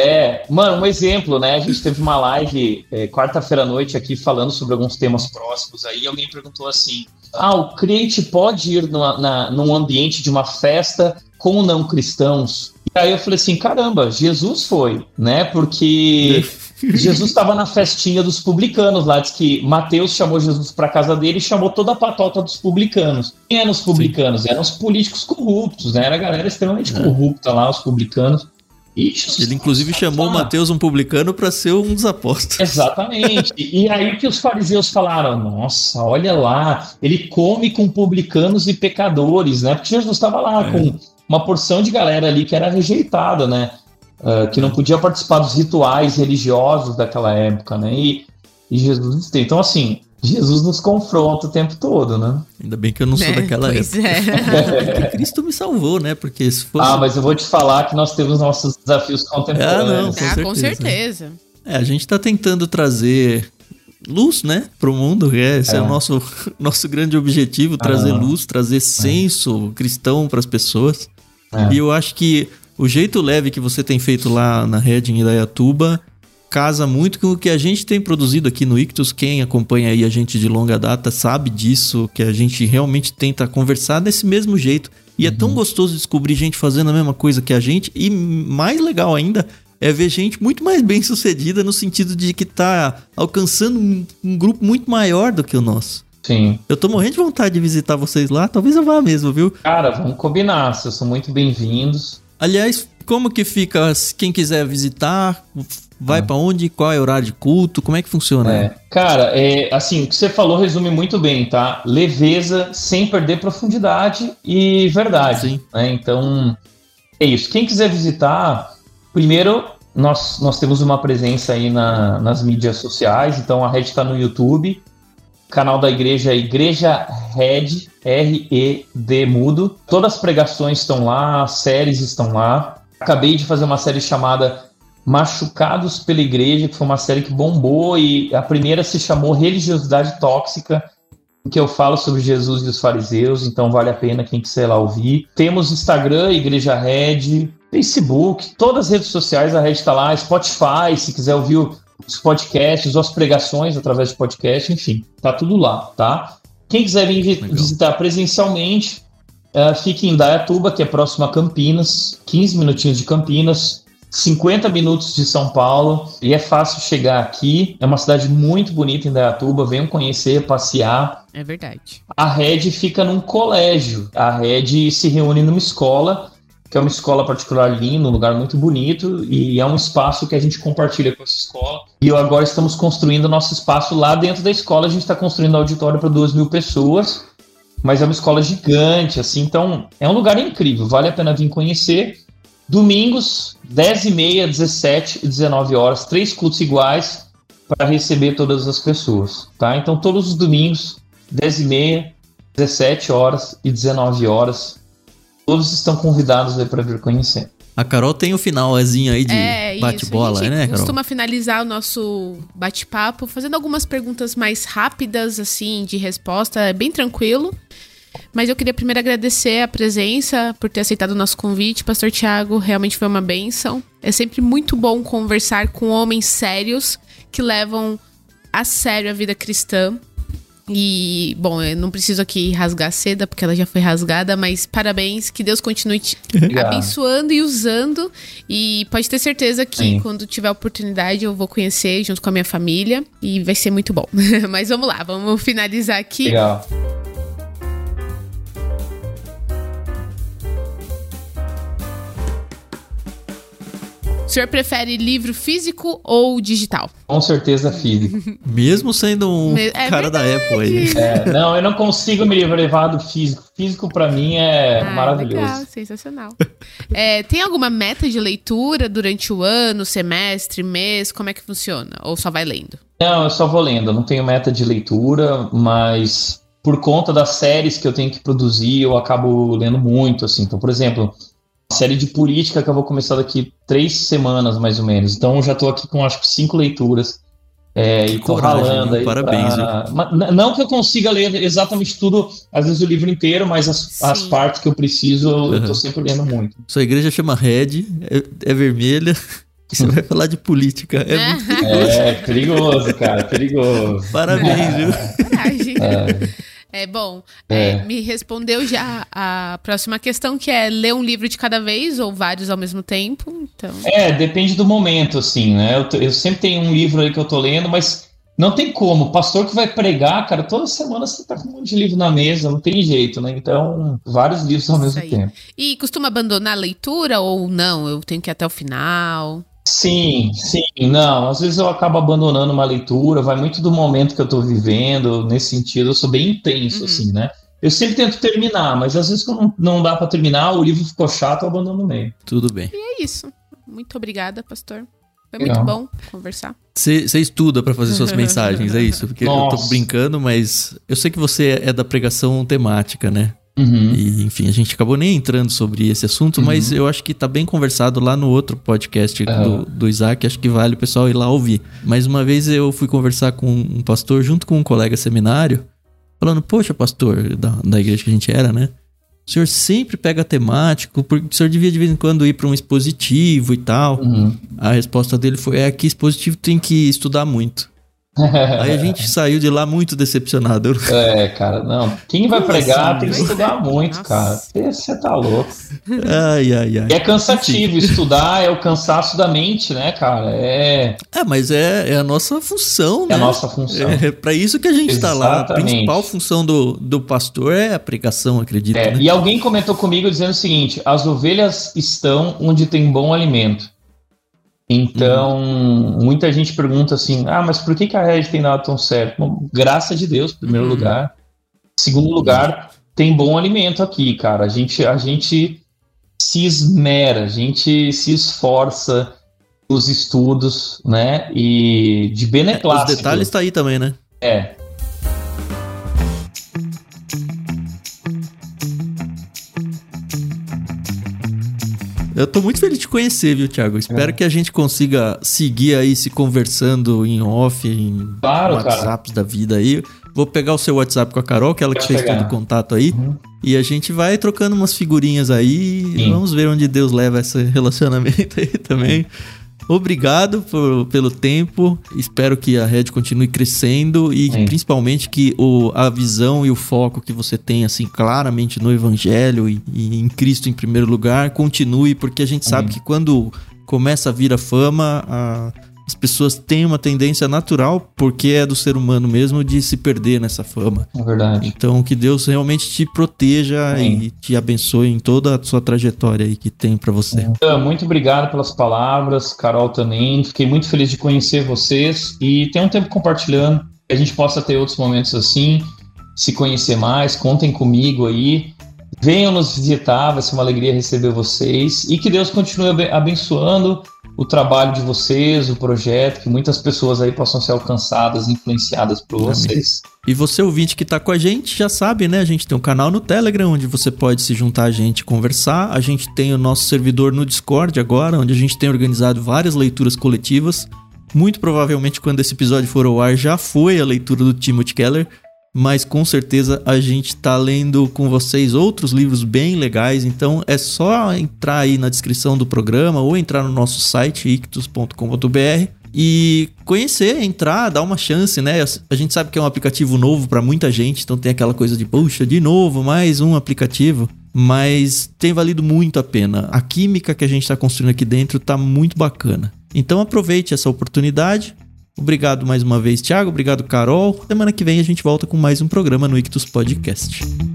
Mano, um exemplo, né? A gente teve uma live quarta-feira à noite aqui falando sobre alguns temas próximos aí, e alguém perguntou assim, o crente pode ir num ambiente de uma festa com não cristãos? E aí eu falei assim, caramba, Jesus foi, né? Porque... Jesus estava na festinha dos publicanos lá, diz que Mateus chamou Jesus para casa dele e chamou toda a patota dos publicanos. Quem eram os publicanos? Sim. Eram os políticos corruptos, né? Era a galera extremamente corrupta lá, os publicanos. E ele inclusive chamou Mateus, um publicano, para ser um dos apóstolos. Exatamente. E aí que os fariseus falaram, nossa, olha lá, ele come com publicanos e pecadores, né? Porque Jesus estava lá com uma porção de galera ali que era rejeitada, né? Que não podia participar dos rituais religiosos daquela época, né? E Jesus... Então, assim, Jesus nos confronta o tempo todo, né? Ainda bem que eu não sou daquela época. Cristo me salvou, né? Porque se fosse... mas eu vou te falar que nós temos nossos desafios contemporâneos. Com certeza. A gente tá tentando trazer luz, né? Pro mundo. Esse é o nosso grande objetivo, trazer luz, trazer senso cristão pras pessoas. E eu acho que o jeito leve que você tem feito lá na Red em Indaiatuba casa muito com o que a gente tem produzido aqui no Ictus. Quem acompanha aí a gente de longa data sabe disso, que a gente realmente tenta conversar desse mesmo jeito. E é tão gostoso descobrir gente fazendo a mesma coisa que a gente. E mais legal ainda é ver gente muito mais bem sucedida no sentido de que tá alcançando um grupo muito maior do que o nosso. Sim. Eu tô morrendo de vontade de visitar vocês lá. Talvez eu vá mesmo, viu? Cara, vamos combinar. Vocês são muito bem-vindos. Aliás, como que fica? Quem quiser visitar, vai pra onde? Qual é o horário de culto? Como é que funciona? Cara, assim, o que você falou resume muito bem, tá? Leveza, sem perder profundidade e verdade. Sim. Né? Então, é isso. Quem quiser visitar, primeiro, nós temos uma presença aí nas mídias sociais. Então, a Red tá no YouTube. O canal da igreja é Igreja Red, R-E-D mudo. Todas as pregações estão lá, as séries estão lá. Acabei de fazer uma série chamada Machucados pela Igreja, que foi uma série que bombou, e a primeira se chamou Religiosidade Tóxica, em que eu falo sobre Jesus e os fariseus, então vale a pena quem quiser lá ouvir. Temos Instagram, Igreja Red, Facebook, todas as redes sociais, a Red está lá, Spotify, se quiser ouvir os podcasts ou as pregações através de podcast, enfim, tá tudo lá, tá? Quem quiser vir visitar presencialmente, fique em Indaiatuba, que é próximo a Campinas, 15 minutinhos de Campinas, 50 minutos de São Paulo, e é fácil chegar aqui. É uma cidade muito bonita, Indaiatuba, venham conhecer, passear. É verdade. A Red fica num colégio, a Red se reúne numa escola, que é uma escola particular linda, um lugar muito bonito, e é um espaço que a gente compartilha com essa escola. E agora estamos construindo nosso espaço lá dentro da escola, a gente está construindo auditório para 2.000 pessoas, mas é uma escola gigante, assim, então é um lugar incrível, vale a pena vir conhecer. Domingos, 10h30, 17 e 19 horas, 3 cultos iguais para receber todas as pessoas, tá? Então todos os domingos, 10h30, 17 horas e 19 horas, todos estão convidados para vir conhecer. A Carol tem o finalzinho aí de bate-bola, né, Carol? A gente costuma finalizar o nosso bate-papo fazendo algumas perguntas mais rápidas, assim, de resposta, é bem tranquilo. Mas eu queria primeiro agradecer a presença, por ter aceitado o nosso convite, Pastor Thiago, realmente foi uma bênção. É sempre muito bom conversar com homens sérios que levam a sério a vida cristã. E, bom, eu não preciso aqui rasgar a seda, porque ela já foi rasgada, mas parabéns, que Deus continue te abençoando e usando. E pode ter certeza que quando tiver oportunidade eu vou conhecer junto com a minha família e vai ser muito bom. Mas vamos lá, vamos finalizar aqui. Legal. O senhor prefere livro físico ou digital? Com certeza físico. Mesmo sendo um cara da Apple aí. Não, eu não consigo me levar do físico. Físico pra mim é maravilhoso. Legal, sensacional. Tem alguma meta de leitura durante o ano, semestre, mês? Como é que funciona? Ou só vai lendo? Não, eu só vou lendo. Eu não tenho meta de leitura, mas por conta das séries que eu tenho que produzir, eu acabo lendo muito, assim. Então, por exemplo, série de política que eu vou começar daqui 3 semanas, mais ou menos. Então, eu já tô aqui com, acho que 5 leituras. E tô ralando aí. Parabéns, não que eu consiga ler exatamente tudo, às vezes o livro inteiro, mas as partes que eu preciso, eu tô sempre lendo muito. Sua igreja chama Red, é vermelha, e você vai falar de política. É muito perigoso. Perigoso, cara, perigoso. Parabéns, viu? Bom, me respondeu já a próxima questão, que é ler um livro de cada vez ou vários ao mesmo tempo, então... Depende do momento, assim, né? Eu sempre tenho um livro aí que eu tô lendo, mas não tem como. O pastor que vai pregar, cara, toda semana você tá com um monte de livro na mesa, não tem jeito, né? Então, vários livros ao mesmo tempo. E costuma abandonar a leitura ou não? Eu tenho que ir até o final... Sim, não, às vezes eu acabo abandonando uma leitura, vai muito do momento que eu tô vivendo, nesse sentido, eu sou bem intenso, assim, né? Eu sempre tento terminar, mas às vezes quando não dá pra terminar, o livro ficou chato, eu abandono no meio. Tudo bem. E é isso. Muito obrigada, pastor. Foi muito bom conversar. Você estuda pra fazer suas mensagens, é isso? Porque eu tô brincando, mas eu sei que você é da pregação temática, né? E, enfim, a gente acabou nem entrando sobre esse assunto, mas eu acho que tá bem conversado lá no outro podcast do Isaac, acho que vale o pessoal ir lá ouvir. Mas uma vez eu fui conversar com um pastor junto com um colega seminário, falando, poxa, pastor, da igreja que a gente era, né? O senhor sempre pega temático, porque o senhor devia de vez em quando ir para um expositivo e tal. A resposta dele foi, que expositivo tem que estudar muito. Aí a gente saiu de lá muito decepcionado. Cara, não. Quem vai pregar assim? tem que estudar muito, cara. Você tá louco. Ai. E é cansativo. Estudar é o cansaço da mente, né, cara? Mas é a nossa função, né? É a nossa função. É pra isso que a gente tá lá. A principal função do pastor é a pregação, acredito. Né? E alguém comentou comigo dizendo o seguinte: as ovelhas estão onde tem bom alimento. Então, muita gente pergunta assim, mas por que a Red tem dado tão certo? Bom, graças a Deus, em primeiro lugar. Segundo lugar, tem bom alimento aqui, cara. A gente se esmera, a gente se esforça nos estudos, né? E de beneplácito. Os detalhes tá aí também, né? Eu tô muito feliz de te conhecer, viu, Thiago? Espero que a gente consiga seguir aí se conversando em off, em WhatsApps da vida aí. Vou pegar o seu WhatsApp com a Carol, que ela que fez todo o contato aí. E a gente vai trocando umas figurinhas aí. E vamos ver onde Deus leva esse relacionamento aí também. Obrigado pelo tempo. Espero que a Red continue crescendo e principalmente que a visão e o foco que você tem assim claramente no Evangelho e em Cristo em primeiro lugar continue, porque a gente sabe que quando começa a vir a fama, as pessoas têm uma tendência natural, porque é do ser humano mesmo, de se perder nessa fama. É verdade. Então que Deus realmente te proteja e te abençoe em toda a sua trajetória aí que tem pra você. Muito obrigado pelas palavras, Carol também. Fiquei muito feliz de conhecer vocês e ter um tempo compartilhando, que a gente possa ter outros momentos assim, se conhecer mais. Contem comigo aí. Venham nos visitar, vai ser uma alegria receber vocês e que Deus continue abençoando o trabalho de vocês, o projeto, que muitas pessoas aí possam ser alcançadas, influenciadas por vocês. E você, ouvinte que tá com a gente, já sabe, né? A gente tem um canal no Telegram, onde você pode se juntar a gente e conversar. A gente tem o nosso servidor no Discord agora, onde a gente tem organizado várias leituras coletivas. Muito provavelmente, quando esse episódio for ao ar, já foi a leitura do Timothy Keller. Mas com certeza a gente tá lendo com vocês outros livros bem legais, então é só entrar aí na descrição do programa ou entrar no nosso site ictus.com.br e conhecer, entrar, dar uma chance, né? A gente sabe que é um aplicativo novo para muita gente, então tem aquela coisa de, puxa, de novo, mais um aplicativo, mas tem valido muito a pena. A química que a gente tá construindo aqui dentro tá muito bacana. Então aproveite essa oportunidade. Obrigado mais uma vez, Thiago. Obrigado, Carol. Semana que vem a gente volta com mais um programa no Ictus Podcast.